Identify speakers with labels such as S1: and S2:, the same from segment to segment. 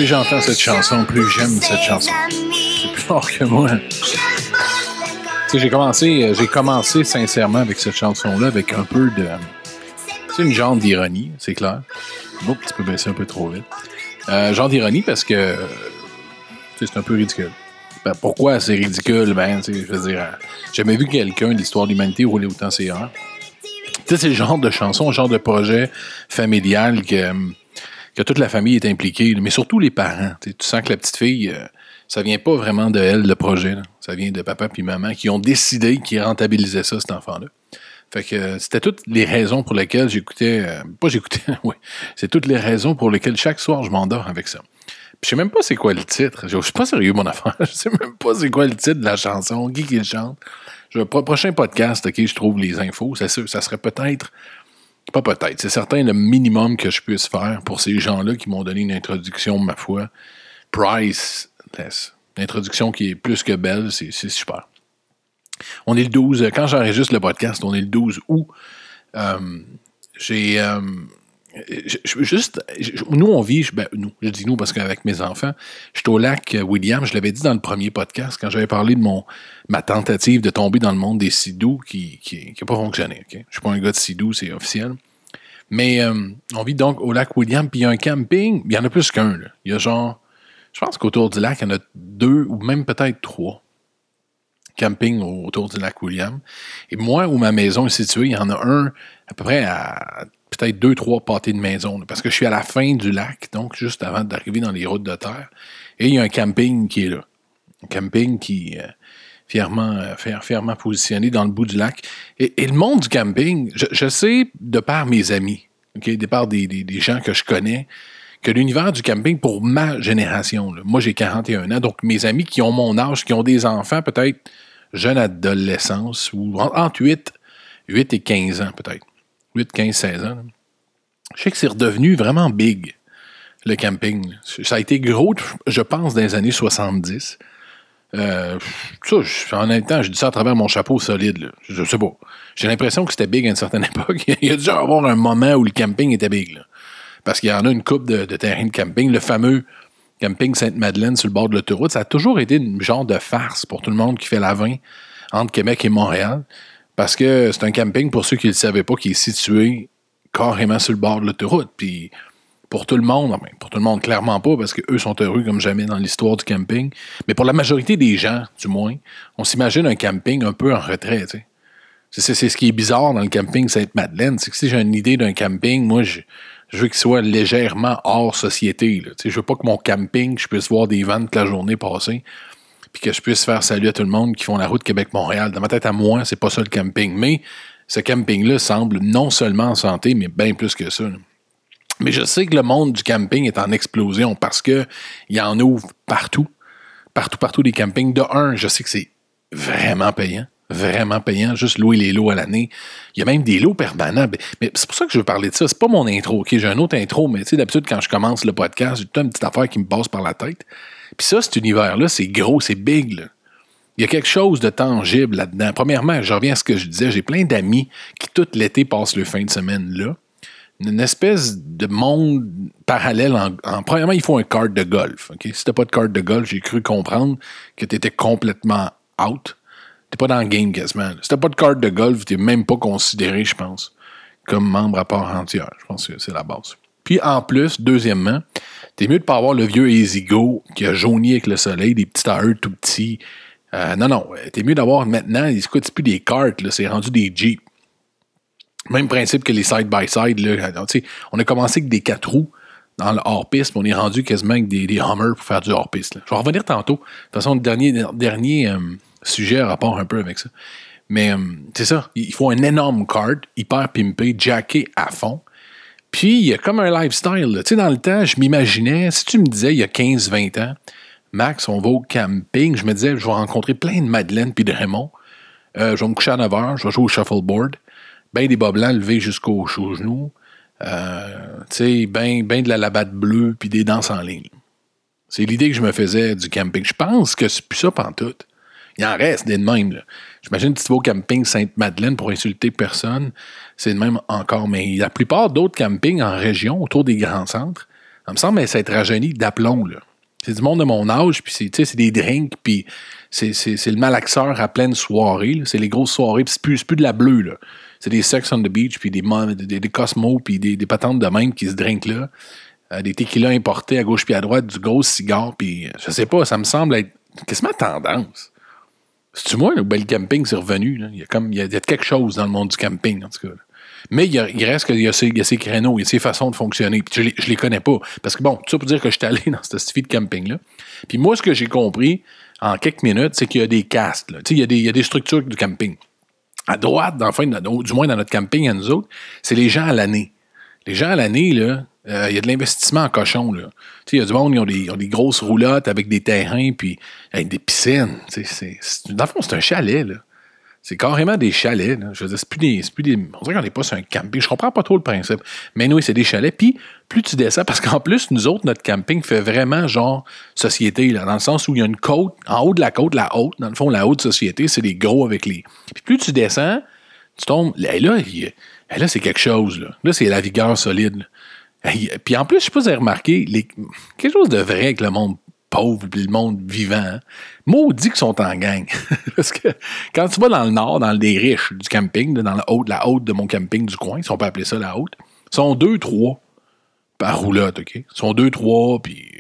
S1: j'entends cette chanson, plus j'aime cette chanson. C'est plus fort que moi. Tu sais, j'ai commencé sincèrement avec cette chanson-là, avec un peu de... C'est une genre d'ironie, c'est clair. Bon, tu peux baisser un peu trop vite. Genre d'ironie parce que c'est un peu ridicule. Ben, pourquoi c'est ridicule? Ben, je veux dire, j'ai jamais vu quelqu'un de l'histoire de l'humanité rouler autant ses heures. Tu sais, c'est le genre de chanson, le genre de projet familial que toute la famille est impliquée, mais surtout les parents. Tu sens que la petite fille, ça vient pas vraiment de elle, le projet. Là. Ça vient de papa puis maman qui ont décidé qu'ils rentabilisaient ça, cet enfant-là. Fait que c'était toutes les raisons pour lesquelles oui. C'est toutes les raisons pour lesquelles chaque soir je m'endors avec ça. Puis je sais même pas c'est quoi le titre. Je suis pas sérieux, mon affaire. Je sais même pas c'est quoi le titre de la chanson, qui le chante. Prochain podcast, OK, je trouve les infos. Ça serait peut-être... Pas peut-être. C'est certain le minimum que je puisse faire pour ces gens-là qui m'ont donné une introduction, ma foi, priceless. Une introduction qui est plus que belle, c'est super. On est le 12, quand j'enregistre le podcast, on est le 12 août. Nous, on vit, je dis nous parce qu'avec mes enfants, je suis au lac William, je l'avais dit dans le premier podcast, quand j'avais parlé de ma tentative de tomber dans le monde des Sidou qui n'a pas fonctionné. Okay? Je ne suis pas un gars de Sidou, c'est officiel. Mais on vit donc au lac William, puis il y a un camping, il y en a plus qu'un. Là. Il y a genre, je pense qu'autour du lac, il y en a 2 ou même peut-être 3 campings autour du lac William. Et moi, où ma maison est située, il y en a un à peu près à peut-être 2-3 pâtés de maison, là, parce que je suis à la fin du lac, donc juste avant d'arriver dans les routes de terre. Et il y a un camping qui est là. Un camping qui est fièrement positionné dans le bout du lac. Et le monde du camping, je sais, de par mes amis, okay, de par des gens que je connais, que l'univers du camping, pour ma génération, là, moi j'ai 41 ans, donc mes amis qui ont mon âge, qui ont des enfants, peut-être jeunes adolescence, ou entre 8 et 15 ans peut-être. 8, 15, 16 ans. Là. Je sais que c'est redevenu vraiment big, le camping. Ça a été gros, je pense, dans les années 70. En même temps, je dis ça à travers mon chapeau solide. Là. Je sais pas. J'ai l'impression que c'était big à une certaine époque. Il y a dû y avoir un moment où le camping était big. Là. Parce qu'il y en a une couple de terrains de camping. Le fameux camping Sainte-Madeleine sur le bord de l'autoroute, ça a toujours été une genre de farce pour tout le monde qui fait la 20 entre Québec et Montréal. Parce que c'est un camping, pour ceux qui ne le savaient pas, qui est situé carrément sur le bord de l'autoroute. Puis pour tout le monde, clairement pas, parce qu'eux sont heureux comme jamais dans l'histoire du camping. Mais pour la majorité des gens, du moins, on s'imagine un camping un peu en retrait. Tu sais. C'est ce qui est bizarre dans le camping Sainte-Madeleine. C'est que si j'ai une idée d'un camping, moi, je veux qu'il soit légèrement hors société. Là. Tu sais, je veux pas que mon camping, je puisse voir des vents toute la journée passer. Puis que je puisse faire salut à tout le monde qui font la route Québec-Montréal. Dans ma tête à moi, c'est pas ça le camping. Mais ce camping-là semble non seulement en santé, mais bien plus que ça. Là. Mais je sais que le monde du camping est en explosion parce que il y en ouvre partout. Partout des campings. De un, je sais que c'est vraiment payant. Vraiment payant. Juste louer les lots à l'année. Il y a même des lots permanents. Mais c'est pour ça que je veux parler de ça. C'est pas mon intro. Okay? J'ai un autre intro, mais tu sais, d'habitude, quand je commence le podcast, j'ai toute une petite affaire qui me passe par la tête. Puis ça, cet univers-là, c'est gros, c'est big, là. Il y a quelque chose de tangible là-dedans. Premièrement, je reviens à ce que je disais, j'ai plein d'amis qui, tout l'été, passent le fin de semaine là. Une espèce de monde parallèle. Premièrement, il faut un cart de golf. Okay? Si t'as pas de cart de golf, j'ai cru comprendre que t'étais complètement out. T'es pas dans le game quasiment. Là. Si t'as pas de cart de golf, t'es même pas considéré, je pense, comme membre à part entière. Je pense que c'est la base. Puis en plus, deuxièmement, t'es mieux de pas avoir le vieux Easy Go qui a jauni avec le soleil, des petits tires tout petits. Non, t'es mieux d'avoir maintenant, c'est plus des karts, là, c'est rendu des Jeeps. Même principe que les side-by-side. Là, on a commencé avec des 4 roues dans le hors-piste, mais on est rendu quasiment avec des Hummers pour faire du hors-piste. Là. Je vais revenir tantôt. De toute façon, le dernier sujet a rapport un peu avec ça. Mais c'est ça, il faut un énorme kart, hyper pimpé, jacké à fond. Puis, il y a comme un lifestyle. Tu sais, dans le temps, je m'imaginais, si tu me disais, il y a 15-20 ans, Max, on va au camping, je me disais, je vais rencontrer plein de Madeleine puis de Raymond. Je vais me coucher à 9 h, je vais jouer au shuffleboard. Ben des bas blancs levés jusqu'aux genoux. Tu sais, ben de la labatte bleue puis des danses en ligne. C'est l'idée que je me faisais du camping. Je pense que c'est plus ça pantoute. Il en reste des de même. Là. J'imagine que tu vas au camping Sainte-Madeleine pour insulter personne. C'est de même encore. Mais la plupart d'autres campings en région, autour des grands centres, Ça me semble s'être rajeuni d'aplomb, là. C'est du monde de mon âge, puis c'est des drinks, puis c'est le malaxeur à pleine soirée, là. C'est les grosses soirées, puis c'est plus de la bleue, là. C'est des Sex on the Beach, puis des Cosmo, puis des patentes de même qui se drinkent là. Des tequilas importés à gauche puis à droite, du gros cigare, puis je sais pas, ça me semble être quasiment tendance. C'est-tu moi, le camping, c'est revenu, là? Il y a quelque chose dans le monde du camping, en tout cas, là. Mais il reste qu'il y a ces créneaux, il y a ces façons de fonctionner. Puis je les connais pas. Parce que bon, tout ça pour dire que je suis allé dans cette fille de camping-là. Puis moi, ce que j'ai compris en quelques minutes, c'est qu'il y a des castes. Là. Il y a des structures du camping. À droite, du moins dans notre camping à nous autres, c'est les gens à l'année. Les gens à l'année, là, il y a de l'investissement en cochon. Là. Il y a du monde, ils ont des grosses roulottes avec des terrains, puis avec des piscines. Dans le fond, c'est un chalet, là. C'est carrément des chalets. Là. Je veux dire, c'est plus des. On dirait qu'on n'est pas sur un camping. Je comprends pas trop le principe. Mais oui, c'est des chalets. Puis, plus tu descends, parce qu'en plus, nous autres, notre camping fait vraiment genre société, là, dans le sens où il y a une côte, en haut de la côte, la haute. Dans le fond, la haute société, c'est les gros avec les. Puis, plus tu descends, tu tombes. Là, c'est quelque chose. Là, c'est la vigueur solide. Puis, en plus, je sais pas si vous avez remarqué, quelque chose de vrai avec le monde pauvre et le monde vivant, hein. Maudit qu'ils sont en gang. Parce que quand tu vas dans le nord, dans des riches du camping, dans la haute de mon camping du coin, si on peut appeler ça la haute, ils sont 2-3 par roulotte, OK? Ils sont 2-3, puis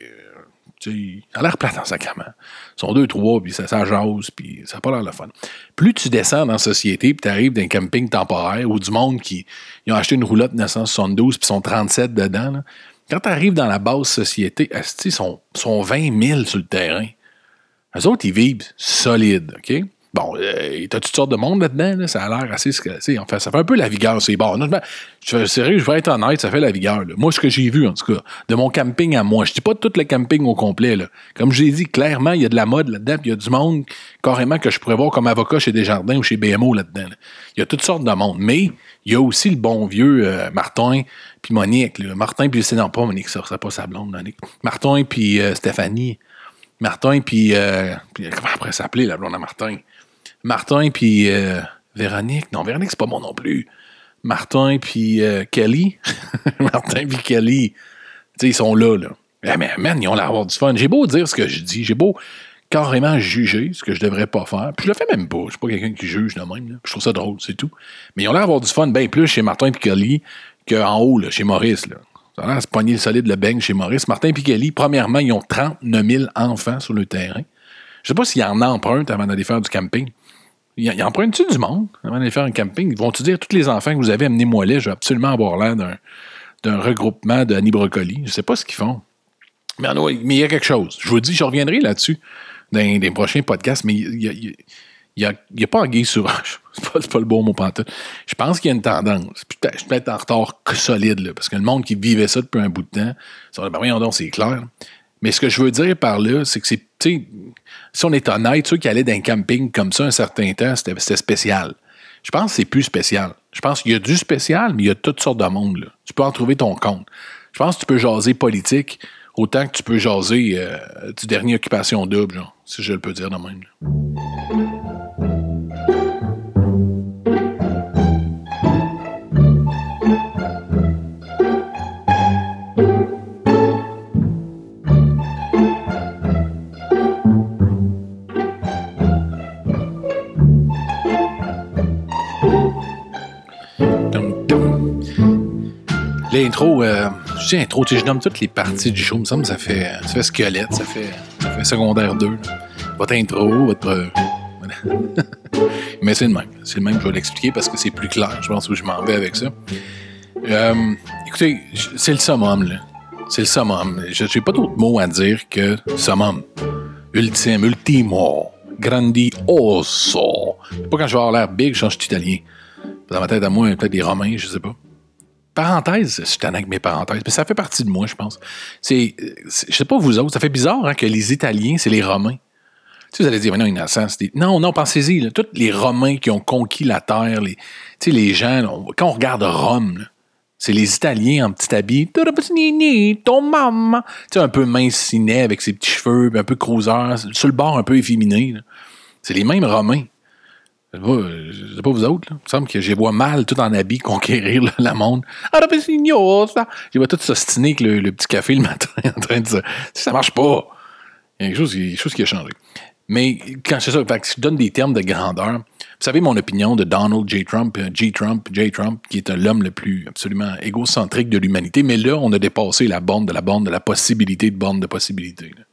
S1: ça a l'air plate en sacrement. Ils sont 2-3, puis ça jase, puis ça n'a pas l'air le fun. Plus tu descends dans la société, puis tu arrives dans un camping temporaire, ou du monde qui ils ont acheté une roulotte 1972, puis sont 37 dedans, là. Quand tu arrives dans la basse société, ils sont 20 000 sur le terrain. Eux autres, ils vivent solides, OK? Bon, t'as toutes sortes de monde là-dedans, là, ça a l'air assez... Enfin, ça fait un peu la vigueur, c'est bon. Sérieux, je vais être honnête, ça fait la vigueur. Là. Moi, ce que j'ai vu, en tout cas, de mon camping à moi, je dis pas tout le camping au complet. Là. Comme je l'ai dit, clairement, il y a de la mode là-dedans, puis il y a du monde carrément que je pourrais voir comme avocat chez Desjardins ou chez BMO là-dedans. Là. Il y a toutes sortes de monde. Mais il y a aussi le bon vieux Martin puis Monique. Là. Martin puis... Non, pas Monique, ça serait pas sa blonde, Monique. Martin puis Stéphanie. Martin puis comment après s'appeler, la blonde à Martin? Martin puis Véronique. Non, Véronique, c'est pas moi non plus. Martin puis Kelly. Martin puis Kelly. Tu sais, ils sont là. Mais man, ils ont l'air d'avoir du fun. J'ai beau dire ce que je dis. J'ai beau carrément juger ce que je devrais pas faire. Puis je le fais même pas. Je suis pas quelqu'un qui juge de même. Là. Je trouve ça drôle, c'est tout. Mais ils ont l'air d'avoir du fun bien plus chez Martin puis Kelly qu'en haut, là, chez Maurice. Là. Ça a l'air de se pogner le solide, le beigne chez Maurice. Martin puis Kelly, premièrement, ils ont 39 000 enfants sur le terrain. Je sais pas s'ils en empruntent avant d'aller faire du camping. Ils empruntent-tu du monde avant d'aller faire un camping? Ils vont-tu dire, tous les enfants que vous avez, amenez-moi là, je vais absolument avoir l'air d'un regroupement de Annie Brocoli. Je sais pas ce qu'ils font. Mais il y a quelque chose. Je vous dis, je reviendrai là-dessus dans les prochains podcasts, mais il y a pas anguille sur roche. C'est pas le bon mot pantoute. Je pense qu'il y a une tendance. Je suis peut-être en retard solide, là, parce que le monde qui vivait ça depuis un bout de temps, ça va, ben voyons donc, c'est clair. Mais ce que je veux dire par là, c'est que c'est, tu sais, si on est honnête, ceux qui allaient dans un camping comme ça un certain temps, c'était spécial. Je pense que c'est plus spécial. Je pense qu'il y a du spécial, mais il y a toutes sortes de monde, là. Tu peux en trouver ton compte. Je pense que tu peux jaser politique autant que tu peux jaser du dernier Occupation Double, genre, si je le peux dire de même, là. L'intro, je dis intro, je nomme toutes les parties du show, il me semble que ça fait squelette, ça fait secondaire 2. Là. Votre intro, votre... Mais c'est le même, je vais l'expliquer parce que c'est plus clair, je pense où je m'en vais avec ça. Écoutez, c'est le summum, là. C'est le summum. Je n'ai pas d'autres mots à dire que summum. Ultime, ultimo, grandioso. Pas quand je vais avoir l'air big, je change italien. Dans ma tête à moi, peut-être des Romains, je sais pas. Parenthèse, je suis tanné avec mes parenthèses, mais ça fait partie de moi, je pense. Je sais pas vous autres, ça fait bizarre hein, que les Italiens, c'est les Romains. Tu sais, vous allez dire, mais non, innocent, Non, pensez-y, là, tous les Romains qui ont conquis la terre, les gens, là, quand on regarde Rome, là, c'est les Italiens en petit habit, ton maman, tu sais, un peu mincinet avec ses petits cheveux, un peu cruiser, sur le bord un peu efféminé. Là. C'est les mêmes Romains. Je sais pas vous autres, là. Il me semble que je les vois mal, tout en habit, conquérir là, la monde. Ah, non, mais c'est ça. Je les vois tout s'ostiner avec le petit café le matin en train de se... Ça marche pas. Il y a quelque chose qui a changé. Mais quand c'est ça, fait que je donne des termes de grandeur. Vous savez mon opinion de Donald J. Trump, J. Trump, qui est l'homme le plus absolument égocentrique de l'humanité. Mais là, on a dépassé la borne de la possibilité de borne de possibilité. Là.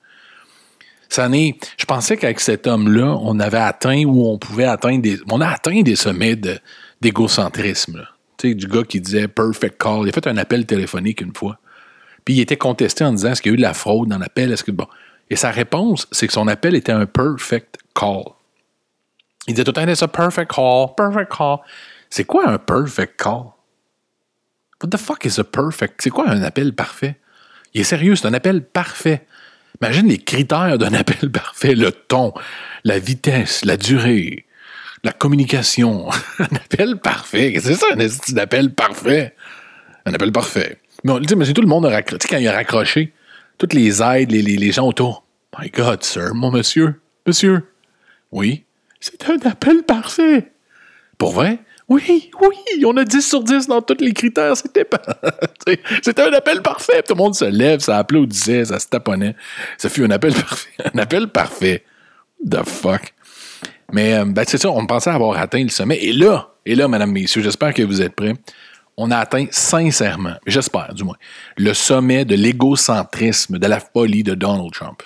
S1: Je pensais qu'avec cet homme-là, on avait atteint ou on pouvait atteindre on a atteint des sommets d'égocentrisme. Là. Tu sais, du gars qui disait perfect call. Il a fait un appel téléphonique une fois. Puis il était contesté en disant est-ce qu'il y a eu de la fraude dans l'appel? Et sa réponse, c'est que son appel était un perfect call. Il disait tout le temps, c'est un perfect call, perfect call. C'est quoi un perfect call? What the fuck is a perfect? C'est quoi un appel parfait? Il est sérieux, c'est un appel parfait. Imagine les critères d'un appel parfait, le ton, la vitesse, la durée, la communication. Un appel parfait. C'est ça, un appel parfait. Un appel parfait. Mais c'est tout le monde a raccroché. Tu sais, quand il a raccroché, toutes les aides, les gens autour. My God, sir, mon monsieur. Monsieur. Oui. C'est un appel parfait. Pour vrai? Oui, on a 10 sur 10 dans tous les critères. C'était un appel parfait. Tout le monde se lève, ça applaudissait, ça se taponnait. Ça fut un appel parfait. Un appel parfait. The fuck? Mais c'est ça, on pensait avoir atteint le sommet. Et là, mesdames, messieurs, j'espère que vous êtes prêts. On a atteint sincèrement, j'espère du moins, le sommet de l'égocentrisme, de la folie de Donald Trump.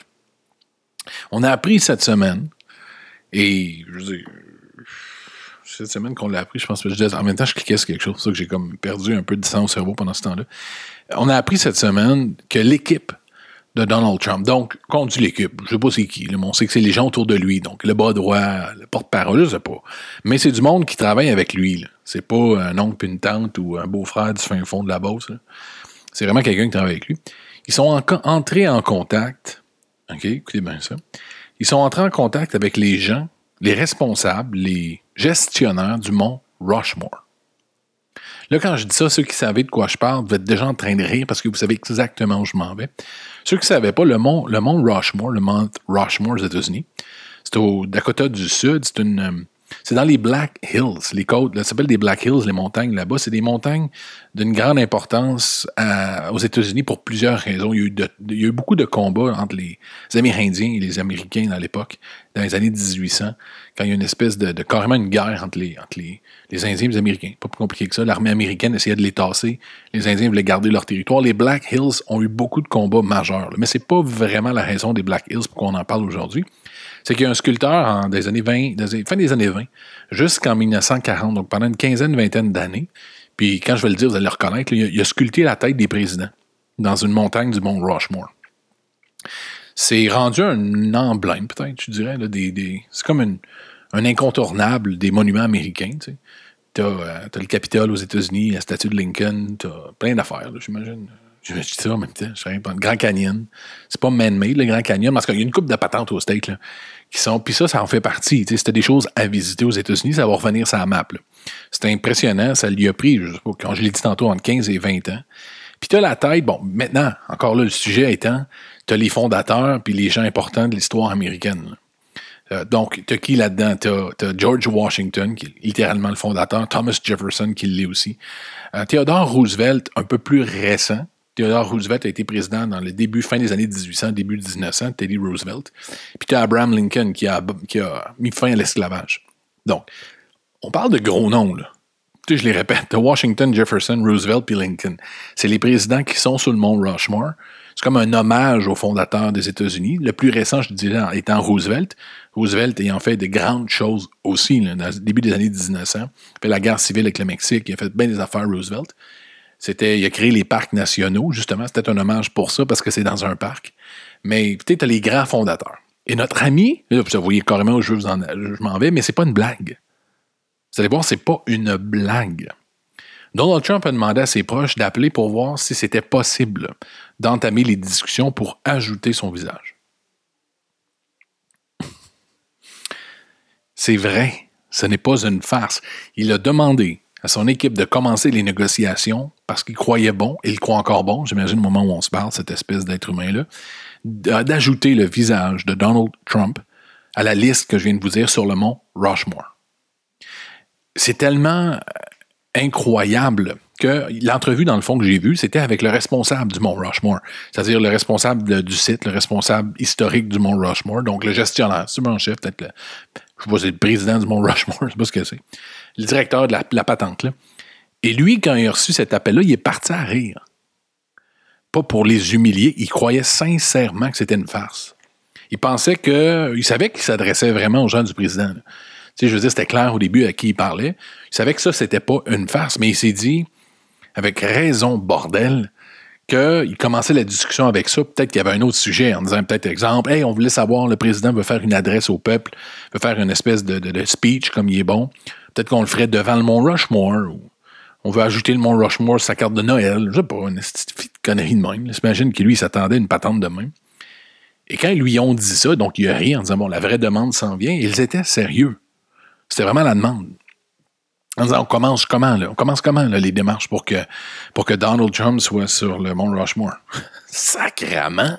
S1: On a appris cette semaine, et je veux dire, cette semaine qu'on l'a appris, je pense que en même temps, je cliquais sur quelque chose, c'est ça que j'ai comme perdu un peu de sang au cerveau pendant ce temps-là. On a appris cette semaine que l'équipe de Donald Trump, donc, quand on dit l'équipe, je sais pas c'est qui, on sait que c'est les gens autour de lui, donc le bras droit, le porte-parole, je sais pas. Mais c'est du monde qui travaille avec lui, là. C'est pas un oncle puis une tante ou un beau-frère du fin fond de la Beauce, là. C'est vraiment quelqu'un qui travaille avec lui. Ils sont entrés en contact, OK, écoutez bien ça, ils sont entrés en contact avec les gens, les responsables, les gestionnaires du mont Rushmore. Là, quand je dis ça, ceux qui savaient de quoi je parle, vous êtes déjà en train de rire parce que vous savez exactement où je m'en vais. Ceux qui ne savaient pas, le mont Rushmore, le mont Rushmore aux États-Unis, c'est au Dakota du Sud, c'est dans les Black Hills, les côtes, là, ça s'appelle des Black Hills, les montagnes là-bas. C'est des montagnes d'une grande importance aux États-Unis pour plusieurs raisons. Il y a eu beaucoup de combats entre les Amérindiens et les Américains dans l'époque, dans les années 1800, quand il y a une espèce de carrément une guerre entre les Indiens et les Américains. Pas plus compliqué que ça. L'armée américaine essayait de les tasser. Les Indiens voulaient garder leur territoire. Les Black Hills ont eu beaucoup de combats majeurs. Là. Mais c'est pas vraiment la raison des Black Hills pour qu'on en parle aujourd'hui. C'est qu'il y a un sculpteur des années 20, fin des années 20, jusqu'en 1940, donc pendant une quinzaine, vingtaine d'années. Puis quand je vais le dire, vous allez le reconnaître, là, il a sculpté la tête des présidents dans une montagne du mont Rushmore. C'est rendu un emblème, peut-être, je dirais. Là, c'est comme un incontournable des monuments américains. Tu sais. T'as le Capitole aux États-Unis, la statue de Lincoln, t'as plein d'affaires, là, j'imagine. Je dis ça en même temps. Je sais pas, le Grand Canyon. C'est pas man-made, le Grand Canyon, parce qu'il y a une couple de patentes au States, là, qui sont. Puis ça en fait partie. Tu sais, c'était des choses à visiter aux États-Unis, ça va revenir sur la map. Là. C'est impressionnant. Ça lui a pris, je sais pas, quand je l'ai dit tantôt, entre 15 et 20 ans. Puis t'as la tête, bon, maintenant, encore là, le sujet étant, t'as les fondateurs puis les gens importants de l'histoire américaine. Donc, t'as qui là-dedans? T'as George Washington, qui est littéralement le fondateur, Thomas Jefferson, qui l'est aussi. Theodore Roosevelt, un peu plus récent. Theodore Roosevelt a été président dans le fin des années 1800, début 1900, Teddy Roosevelt. Puis tu as Abraham Lincoln qui a mis fin à l'esclavage. Donc, on parle de gros noms, là. Tu sais, je les répète, t'as Washington, Jefferson, Roosevelt puis Lincoln. C'est les présidents qui sont sur le mont Rushmore. C'est comme un hommage aux fondateurs des États-Unis. Le plus récent, je dirais, étant Roosevelt. Roosevelt ayant fait de grandes choses aussi, là, dans le début des années 1900. Il a fait la guerre civile avec le Mexique. Il a fait bien des affaires, Roosevelt. Il a créé les parcs nationaux, justement. C'était un hommage pour ça, parce que c'est dans un parc. Mais peut-être tu as les grands fondateurs. Et notre ami, là, vous voyez carrément où je m'en vais, mais c'est pas une blague. Vous allez voir, c'est pas une blague. Donald Trump a demandé à ses proches d'appeler pour voir si c'était possible d'entamer les discussions pour ajouter son visage. C'est vrai, ce n'est pas une farce. Il a demandé à son équipe de commencer les négociations parce qu'il croyait bon, et il croit encore bon, j'imagine au moment où on se parle, cette espèce d'être humain-là, d'ajouter le visage de Donald Trump à la liste que je viens de vous dire sur le mont Rushmore. c'est tellement incroyable que l'entrevue, dans le fond, que j'ai vue, c'était avec le responsable du Mont Rushmore. C'est-à-dire le responsable du site, le responsable historique du Mont Rushmore, donc le gestionnaire, c'est mon chef, peut-être je sais pas, c'est le président du Mont Rushmore, je sais pas ce que c'est. Le directeur de la patente, là. Et lui, quand il a reçu cet appel-là, il est parti à rire. Pas pour les humilier, il croyait sincèrement que c'était une farce. Il savait qu'il s'adressait vraiment aux gens du président, là. Tu sais, je veux dire, c'était clair au début à qui il parlait. Il savait que ça, c'était pas une farce, mais il s'est dit, avec raison, bordel, qu'il commençait la discussion avec ça. Peut-être qu'il y avait un autre sujet, en disant peut-être, exemple, « Hey, on voulait savoir, le président veut faire une adresse au peuple, veut faire une espèce de speech comme il est bon. Peut-être qu'on le ferait devant le Mont Rushmore, ou on veut ajouter le Mont Rushmore sur sa carte de Noël. » Je sais pas, une petite connerie de même. J'imagine que lui, il s'attendait à une patente de même. Et quand ils lui ont dit ça, donc il a ri en disant, bon, la vraie demande s'en vient, ils étaient sérieux. C'était vraiment la demande. En disant, on commence comment, les démarches pour que Donald Trump soit sur le Mont Rushmore? Sacrament!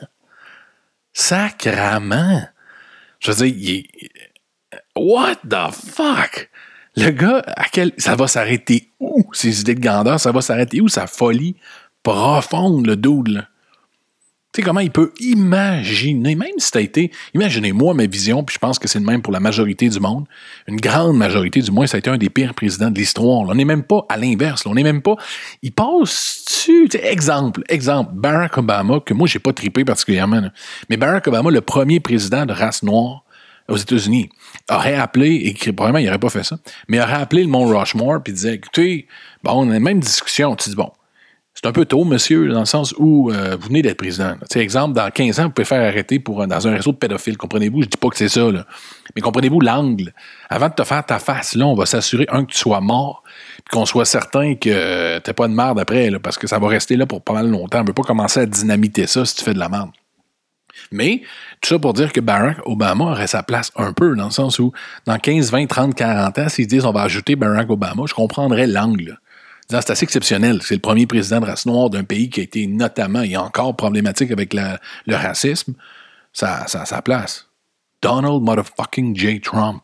S1: Je veux dire, what the fuck? Le gars, ça va s'arrêter où? Ses idées de grandeur, ça va s'arrêter où? Sa folie profonde, le dude, là. Tu sais comment il peut imaginer, même si t'as été, imaginez-moi ma vision, puis je pense que c'est le même pour la majorité du monde, une grande majorité du moins, ça a été un des pires présidents de l'histoire. Là. On n'est même pas à l'inverse, là. On n'est même pas, il passe-tu, exemple, Barack Obama, que moi j'ai pas trippé particulièrement, là. Mais Barack Obama, le premier président de race noire aux États-Unis, aurait appelé, et probablement il n'aurait pas fait ça, mais il aurait appelé le Mont Rushmore, puis disait, écoutez, bon, on a la même discussion, tu dis, bon, c'est un peu tôt, monsieur, dans le sens où vous venez d'être président. Exemple, dans 15 ans, vous pouvez faire arrêter dans un réseau de pédophiles. Comprenez-vous? Je dis pas que c'est ça, là. Mais comprenez-vous l'angle? Avant de te faire ta face, là, on va s'assurer, que tu sois mort, puis qu'on soit certain que t'es pas de merde après, là, parce que ça va rester là pour pas mal longtemps. On peut pas commencer à dynamiter ça si tu fais de la merde. Mais, tout ça pour dire que Barack Obama aurait sa place un peu, dans le sens où, dans 15, 20, 30, 40 ans, s'ils disent on va ajouter Barack Obama, je comprendrais l'angle, là. C'est assez exceptionnel. C'est le premier président de race noire d'un pays qui a été notamment et encore problématique avec le racisme. Ça a sa place. Donald motherfucking J. Trump.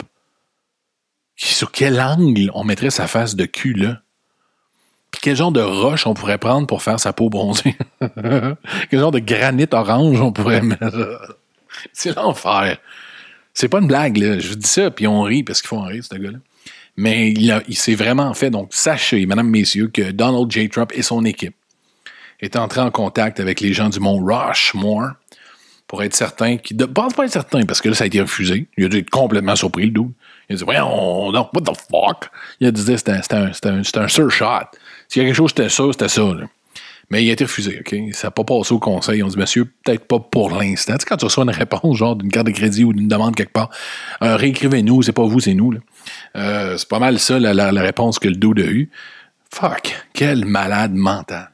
S1: Sur quel angle on mettrait sa face de cul, là? Puis quel genre de roche on pourrait prendre pour faire sa peau bronzée? Quel genre de granit orange on pourrait mettre? C'est l'enfer. C'est pas une blague, là. Je vous dis ça, puis on rit parce qu'il faut en rire, ce gars-là. Mais il s'est vraiment fait, donc sachez, mesdames, messieurs, que Donald J. Trump et son équipe est entré en contact avec les gens du Mont Rushmore pour être certain pas être certain, parce que là, ça a été refusé. Il a dû être complètement surpris, le dude. Il a dit, voyons, non, what the fuck? Il a dit, c'était un sure shot. S'il y a quelque chose, c'était ça, là. Mais il a été refusé, OK? Ça n'a pas passé au conseil. On dit, monsieur, peut-être pas pour l'instant. Tu sais, quand tu reçois une réponse, genre d'une carte de crédit ou d'une demande quelque part, réécrivez-nous, c'est pas vous, c'est nous, là. C'est pas mal ça, la réponse que le dude a eue. Fuck, quel malade mental.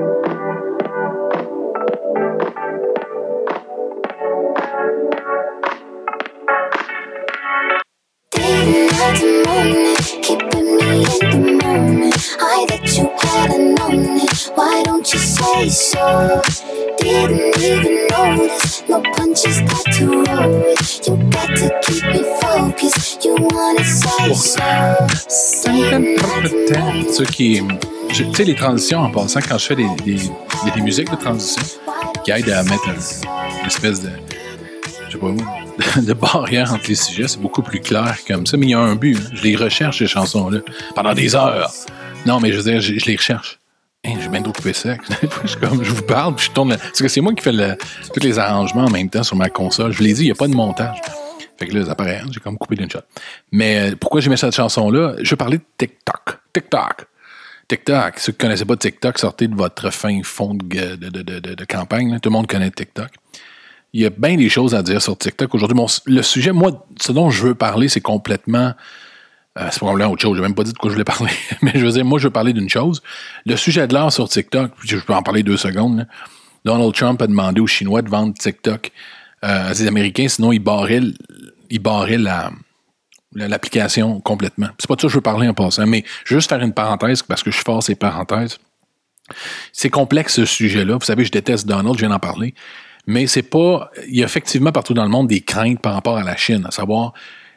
S1: I that you hadn't known it. Why don't you say so? Didn't even notice. No punches got to roll it. You got to keep me focused. You wanna say so. Ceux qui, tu sais, les transitions en passant, quand je fais des musiques de transition qui aident à mettre une espèce de, je sais pas où, de barrière entre les sujets, c'est beaucoup plus clair comme ça, mais il y a un but. Hein. Je les recherche, ces chansons-là, pendant des heures. Non, mais je veux dire, je les recherche. Hey, j'ai bien d'autres coupé sec. Je vous parle, puis je tourne. Parce que c'est moi qui fais tous les arrangements en même temps sur ma console. Je vous l'ai dit, il n'y a pas de montage. Fait que là, ça apparaît, j'ai comme coupé d'une shot. Mais pourquoi j'ai mis cette chanson-là? Je vais parler de TikTok. TikTok. Ceux qui ne connaissaient pas TikTok, sortez de votre fin fond de campagne. Là. Tout le monde connaît TikTok. Il y a bien des choses à dire sur TikTok aujourd'hui. Le sujet, moi, ce dont je veux parler, c'est complètement... c'est probablement autre chose. Je n'ai même pas dit de quoi je voulais parler. Mais je veux dire, moi, je veux parler d'une chose. Le sujet de l'heure sur TikTok, je peux en parler 2 secondes. Là. Donald Trump a demandé aux Chinois de vendre TikTok à des Américains, sinon il barrait l'application complètement. C'est pas de ça que je veux parler en passant, mais je veux juste faire une parenthèse parce que je force ces parenthèses. C'est complexe ce sujet-là. Vous savez, je déteste Donald, je viens d'en parler. Mais c'est pas... Il y a effectivement partout dans le monde des craintes par rapport à la Chine, à savoir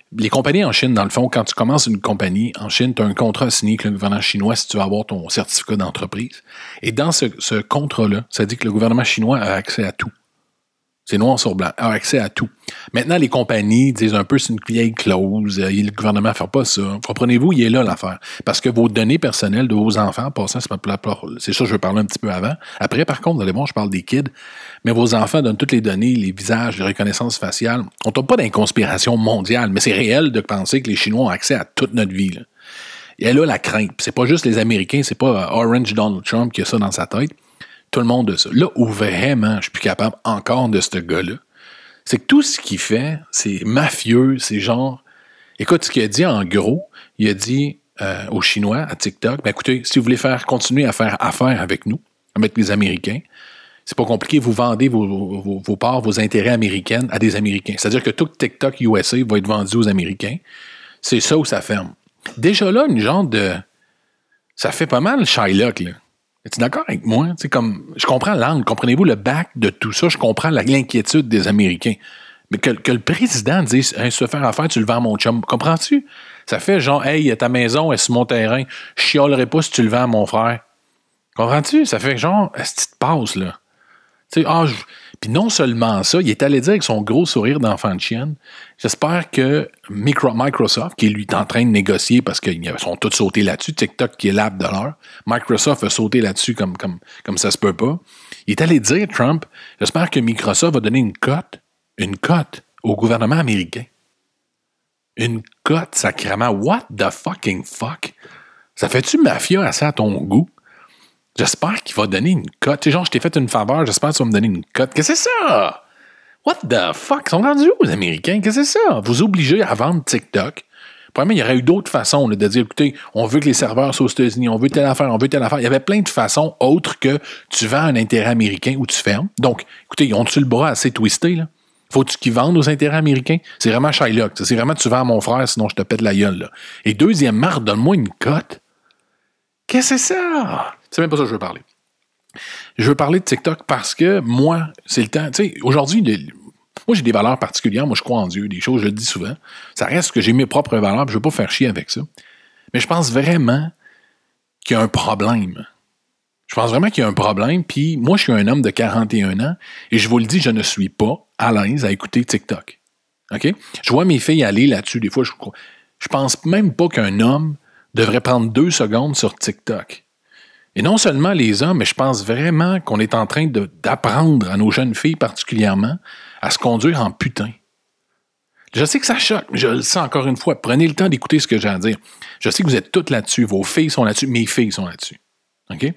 S1: Les compagnies en Chine, dans le fond, quand tu commences une compagnie en Chine, tu as un contrat signé avec le gouvernement chinois si tu veux avoir ton certificat d'entreprise. Et dans ce contrat-là, ça dit que le gouvernement chinois a accès à tout. C'est noir sur blanc, a accès à tout. Maintenant, les compagnies disent un peu c'est une vieille clause, le gouvernement ne fait pas ça. Comprenez-vous, il est là l'affaire. Parce que vos données personnelles de vos enfants, en passant, c'est ça que je veux parler un petit peu avant. Après, par contre, vous allez voir, je parle des kids, mais vos enfants donnent toutes les données, les visages, les reconnaissances faciales. On ne tombe pas dans une conspiration mondiale, mais c'est réel de penser que les Chinois ont accès à toute notre vie. Là. Et là, la crainte. C'est pas juste les Américains, c'est pas Orange Donald Trump qui a ça dans sa tête. Tout le monde a ça. Là où vraiment je suis plus capable encore de ce gars-là, c'est que tout ce qu'il fait, c'est mafieux, c'est genre... Écoute, ce qu'il a dit en gros, il a dit aux Chinois, à TikTok, ben écoutez, si vous voulez continuer à faire affaire avec nous, avec les Américains, c'est pas compliqué, vous vendez vos parts, vos intérêts américains à des Américains. C'est-à-dire que tout TikTok USA va être vendu aux Américains. C'est ça où ça ferme. Déjà là, une genre de... Ça fait pas mal Shylock, là. Es-tu d'accord avec moi? Je comprends l'angle, comprenez-vous le back de tout ça, je comprends l'inquiétude des Américains. Mais que le président dise hey, si tu veux faire affaire, tu le vends à mon chum. Comprends-tu? Ça fait genre hey, ta maison est sur mon terrain, je chialerai pas si tu le vends à mon frère. Comprends-tu? Ça fait genre est-ce que tu te passes là? Puis non seulement ça, il est allé dire avec son gros sourire d'enfant de chienne, j'espère que Microsoft, qui lui est en train de négocier parce qu'ils sont tous sautés là-dessus, TikTok qui est l'app de l'heure, Microsoft a sauté là-dessus comme ça se peut pas. Il est allé dire, Trump, j'espère que Microsoft va donner une cote au gouvernement américain. Une cote, sacrément. What the fucking fuck? Ça fait-tu mafia assez à ton goût? J'espère qu'il va donner une cote. Tu sais, genre, je t'ai fait une faveur, j'espère que tu vas me donner une cote. Qu'est-ce que c'est ça? What the fuck? Ils sont rendus où, les Américains? Qu'est-ce que c'est ça? Vous obligez à vendre TikTok. Probablement, il y aurait eu d'autres façons là, de dire, écoutez, on veut que les serveurs soient aux États-Unis, on veut telle affaire, on veut telle affaire. Il y avait plein de façons autres que tu vends un intérêt américain ou tu fermes. Donc, écoutez, ils ont-tu le bras assez twisté, là? Faut-tu qu'ils vendent aux intérêts américains? C'est vraiment Shylock. C'est vraiment tu vends à mon frère, sinon je te pète la gueule, là. Et deuxièmement, donne-moi une cote. Qu'est-ce que c'est ça? C'est même pas ça que je veux parler. Je veux parler de TikTok parce que moi, c'est le temps. Tu sais, aujourd'hui, moi, j'ai des valeurs particulières. Moi, je crois en Dieu, des choses, je le dis souvent. Ça reste que j'ai mes propres valeurs, puis je veux pas faire chier avec ça. Mais je pense vraiment qu'il y a un problème. Je pense vraiment qu'il y a un problème. Puis moi, je suis un homme de 41 ans et je vous le dis, je ne suis pas à l'aise à écouter TikTok. OK? Je vois mes filles aller là-dessus. Des fois, je pense même pas qu'un homme devrait prendre 2 secondes sur TikTok. Et non seulement les hommes, mais je pense vraiment qu'on est en train d'apprendre à nos jeunes filles particulièrement à se conduire en putain. Je sais que ça choque, mais je le sais encore une fois. Prenez le temps d'écouter ce que j'ai à dire. Je sais que vous êtes toutes là-dessus, vos filles sont là-dessus, mes filles sont là-dessus. OK?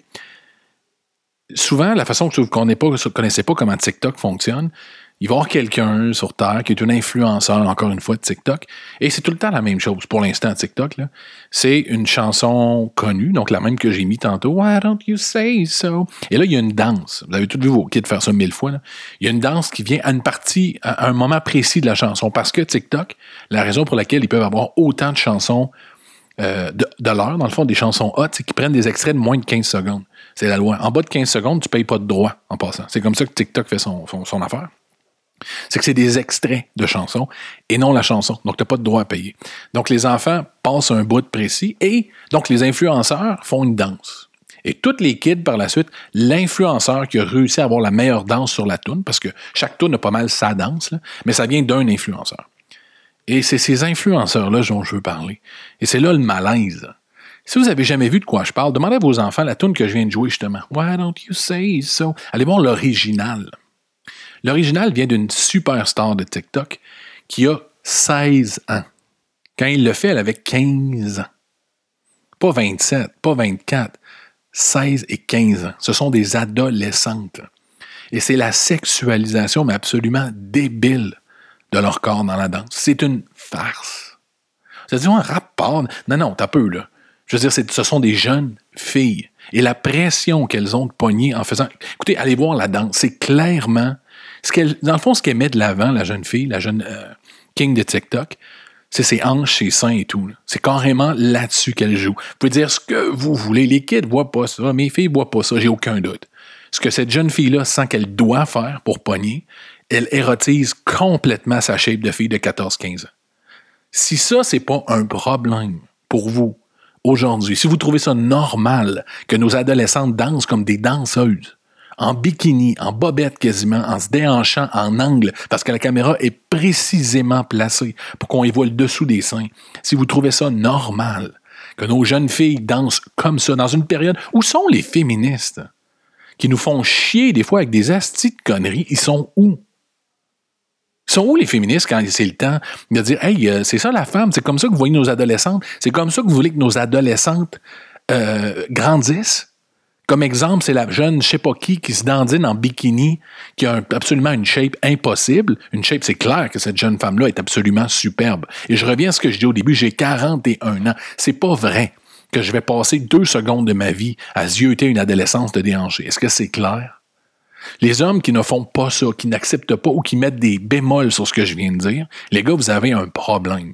S1: Souvent, la façon que vous ne connaissez pas comment TikTok fonctionne, il va y avoir quelqu'un sur Terre qui est un influenceur, encore une fois, de TikTok. Et c'est tout le temps la même chose pour l'instant, TikTok. Là. C'est une chanson connue, donc la même que j'ai mis tantôt. Why don't you say so? Et là, il y a une danse. Vous avez tous vu vos kids faire ça 1000 fois. Là. Il y a une danse qui vient à une partie, à un moment précis de la chanson. Parce que TikTok, la raison pour laquelle ils peuvent avoir autant de chansons de l'heure, dans le fond, des chansons hot, c'est qu'ils prennent des extraits de moins de 15 secondes. C'est la loi. En bas de 15 secondes, tu ne payes pas de droit en passant. C'est comme ça que TikTok fait son affaire. C'est que c'est des extraits de chansons et non la chanson. Donc, tu n'as pas de droit à payer. Donc, les enfants passent un bout précis et donc les influenceurs font une danse. Et toutes les kids, par la suite, l'influenceur qui a réussi à avoir la meilleure danse sur la toune, parce que chaque toune a pas mal sa danse, là, mais ça vient d'un influenceur. Et c'est ces influenceurs-là dont je veux parler. Et c'est là le malaise. Si vous n'avez jamais vu de quoi je parle, demandez à vos enfants la toune que je viens de jouer justement. Why don't you say so? Allez voir l'original. L'original vient d'une superstar de TikTok qui a 16 ans. Quand il le fait, elle avait 15 ans. Pas 27, pas 24, 16 et 15 ans. Ce sont des adolescentes. Et c'est la sexualisation, mais absolument débile, de leur corps dans la danse. C'est une farce. C'est-à-dire un rapport. Non, t'as peu, là. Je veux dire, ce sont des jeunes filles. Et la pression qu'elles ont de pogner en faisant... Écoutez, allez voir la danse. C'est clairement... Dans le fond, ce qu'elle met de l'avant, la jeune fille, la jeune king de TikTok, c'est ses hanches, ses seins et tout. Là. C'est carrément là-dessus qu'elle joue. Vous pouvez dire ce que vous voulez. Les kids ne voient pas ça. Mes filles ne voient pas ça. J'ai aucun doute. Ce que cette jeune fille-là sent qu'elle doit faire pour pogner, elle érotise complètement sa shape de fille de 14-15 ans. Si ça, c'est pas un problème pour vous aujourd'hui, si vous trouvez ça normal que nos adolescentes dansent comme des danseuses, en bikini, en bobette quasiment, en se déhanchant en angle, parce que la caméra est précisément placée pour qu'on y voit le dessous des seins, si vous trouvez ça normal que nos jeunes filles dansent comme ça, dans une période où sont les féministes qui nous font chier des fois avec des astis de conneries, ils sont où? Ils sont où les féministes quand c'est le temps de dire « Hey, c'est ça la femme, c'est comme ça que vous voyez nos adolescentes, c'est comme ça que vous voulez que nos adolescentes grandissent? » Comme exemple, c'est la jeune je sais pas qui se dandine en bikini, qui a absolument une shape impossible. Une shape, c'est clair que cette jeune femme-là est absolument superbe. Et je reviens à ce que je dis au début, j'ai 41 ans. C'est pas vrai que je vais passer 2 secondes de ma vie à zioter une adolescence de déhanché. Est-ce que c'est clair? Les hommes qui ne font pas ça, qui n'acceptent pas ou qui mettent des bémols sur ce que je viens de dire, les gars, vous avez un problème.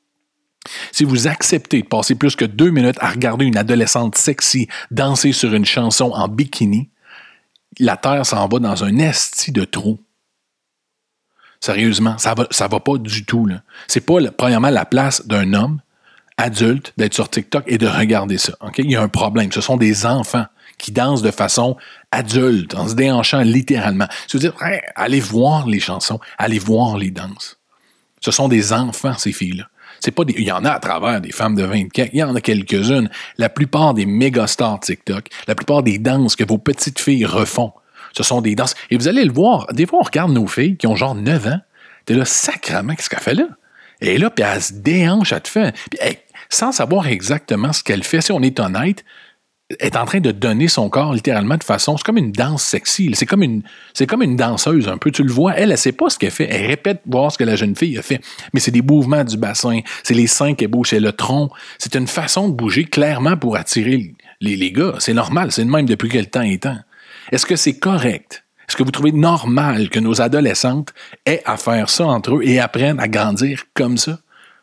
S1: Si vous acceptez de passer plus que 2 minutes à regarder une adolescente sexy danser sur une chanson en bikini, la Terre s'en va dans un esti de trou. Sérieusement, ça va pas du tout, là. C'est pas, premièrement, la place d'un homme adulte d'être sur TikTok et de regarder ça. Okay? Il y a un problème. Ce sont des enfants qui dansent de façon adulte, en se déhanchant littéralement. C'est-à-dire, hey, allez voir les chansons, allez voir les danses. Ce sont des enfants, ces filles-là. C'est pas il y en a à travers des femmes de 24, il y en a quelques-unes. La plupart des méga stars TikTok, la plupart des danses que vos petites filles refont, ce sont des danses. Et vous allez le voir, des fois on regarde nos filles qui ont genre 9 ans, t'es là, sacrément, qu'est-ce qu'elle fait là? Elle est là, puis elle se déhanche, elle te fait. Puis, hey, sans savoir exactement ce qu'elle fait, si on est honnête, est en train de donner son corps littéralement de façon, c'est comme une danse sexy, c'est comme une danseuse un peu, tu le vois, elle sait pas ce qu'elle fait, elle répète voir ce que la jeune fille a fait, mais c'est des mouvements du bassin, c'est les seins qui bougent, c'est le tronc, c'est une façon de bouger clairement pour attirer les gars, c'est normal, c'est le même depuis que le temps est temps. Est-ce que c'est correct? Est-ce que vous trouvez normal que nos adolescentes aient à faire ça entre eux et apprennent à grandir comme ça?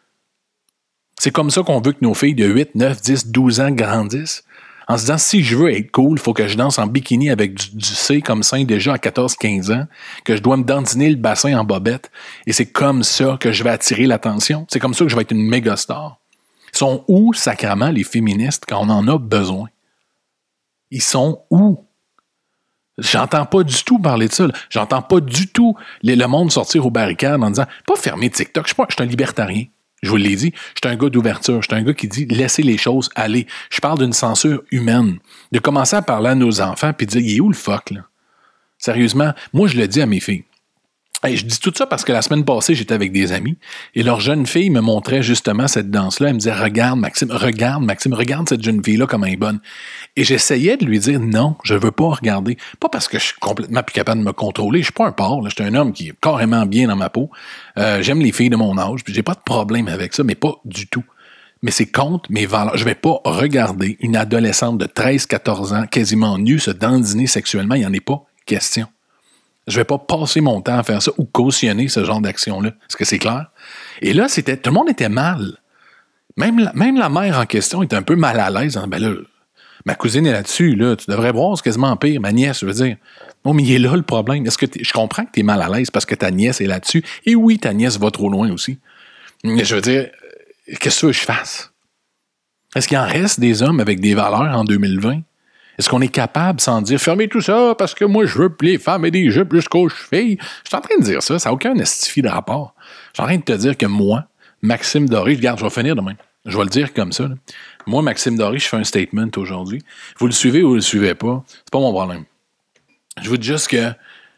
S1: C'est comme ça qu'on veut que nos filles de 8, 9, 10, 12 ans grandissent? En se disant, si je veux être cool, il faut que je danse en bikini avec du C comme sein déjà à 14-15 ans, que je dois me dandiner le bassin en bobette, et c'est comme ça que je vais attirer l'attention. C'est comme ça que je vais être une méga star. Ils sont où, sacrément, les féministes, quand on en a besoin? Ils sont où? J'entends pas du tout parler de ça. Là. J'entends pas du tout le monde sortir aux barricades en disant, pas fermer TikTok, je suis un libertarien. Je vous l'ai dit, je suis un gars d'ouverture, je suis un gars qui dit laissez les choses aller. Je parle d'une censure humaine. De commencer à parler à nos enfants puis de dire il est où le fuck là? Sérieusement, moi je le dis à mes filles. Hey, je dis tout ça parce que la semaine passée, j'étais avec des amis et leur jeune fille me montrait justement cette danse-là. Elle me disait regarde Maxime, regarde cette jeune fille-là comme elle est bonne. Et j'essayais de lui dire non, je veux pas regarder. Pas parce que je suis complètement plus capable de me contrôler. Je suis pas un porc, là. Je suis un homme qui est carrément bien dans ma peau. J'aime les filles de mon âge, puis j'ai pas de problème avec ça, mais pas du tout. Mais c'est contre mes valeurs. Je vais pas regarder une adolescente de 13-14 ans quasiment nue se dandiner sexuellement. Il n'y en est pas question. Je vais pas passer mon temps à faire ça ou cautionner ce genre d'action-là. Est-ce que c'est clair? Et là, tout le monde était mal. Même la mère en question était un peu mal à l'aise. Ben là, ma cousine est là-dessus, là. Tu devrais voir, c'est quasiment pire. Ma nièce, je veux dire. Non, mais il est là le problème. Je comprends que tu es mal à l'aise parce que ta nièce est là-dessus. Et oui, ta nièce va trop loin aussi. Mais je veux dire, qu'est-ce que tu veux que je fasse? Est-ce qu'il en reste des hommes avec des valeurs en 2020? Est-ce qu'on est capable, sans dire « Fermez tout ça parce que moi, je veux que les femmes aient des jupes jusqu'aux chevilles. » Je suis en train de dire ça. Ça n'a aucun estifi de rapport. Je suis en train de te dire que moi, Maxime Doré, regarde, je vais finir demain. Je vais le dire comme ça. Là. Moi, Maxime Doré, je fais un statement aujourd'hui. Vous le suivez ou vous le suivez pas, c'est pas mon problème. Je vous dis juste que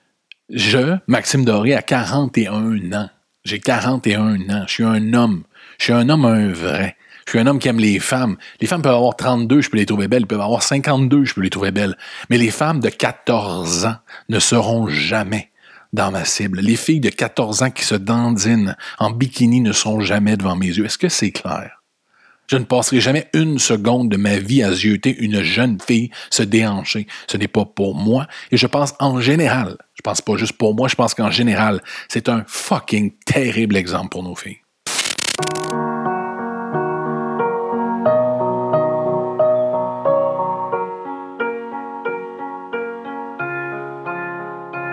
S1: Maxime Doré, à 41 ans, j'ai 41 ans, je suis un homme. Je suis un homme, un vrai. Je suis un homme qui aime les femmes. Les femmes peuvent avoir 32, je peux les trouver belles. Elles peuvent avoir 52, je peux les trouver belles. Mais les femmes de 14 ans ne seront jamais dans ma cible. Les filles de 14 ans qui se dandinent en bikini ne seront jamais devant mes yeux. Est-ce que c'est clair? Je ne passerai jamais une seconde de ma vie à zioter une jeune fille se déhancher. Ce n'est pas pour moi. Et je pense en général, je pense pas juste pour moi, je pense qu'en général, c'est un fucking terrible exemple pour nos filles.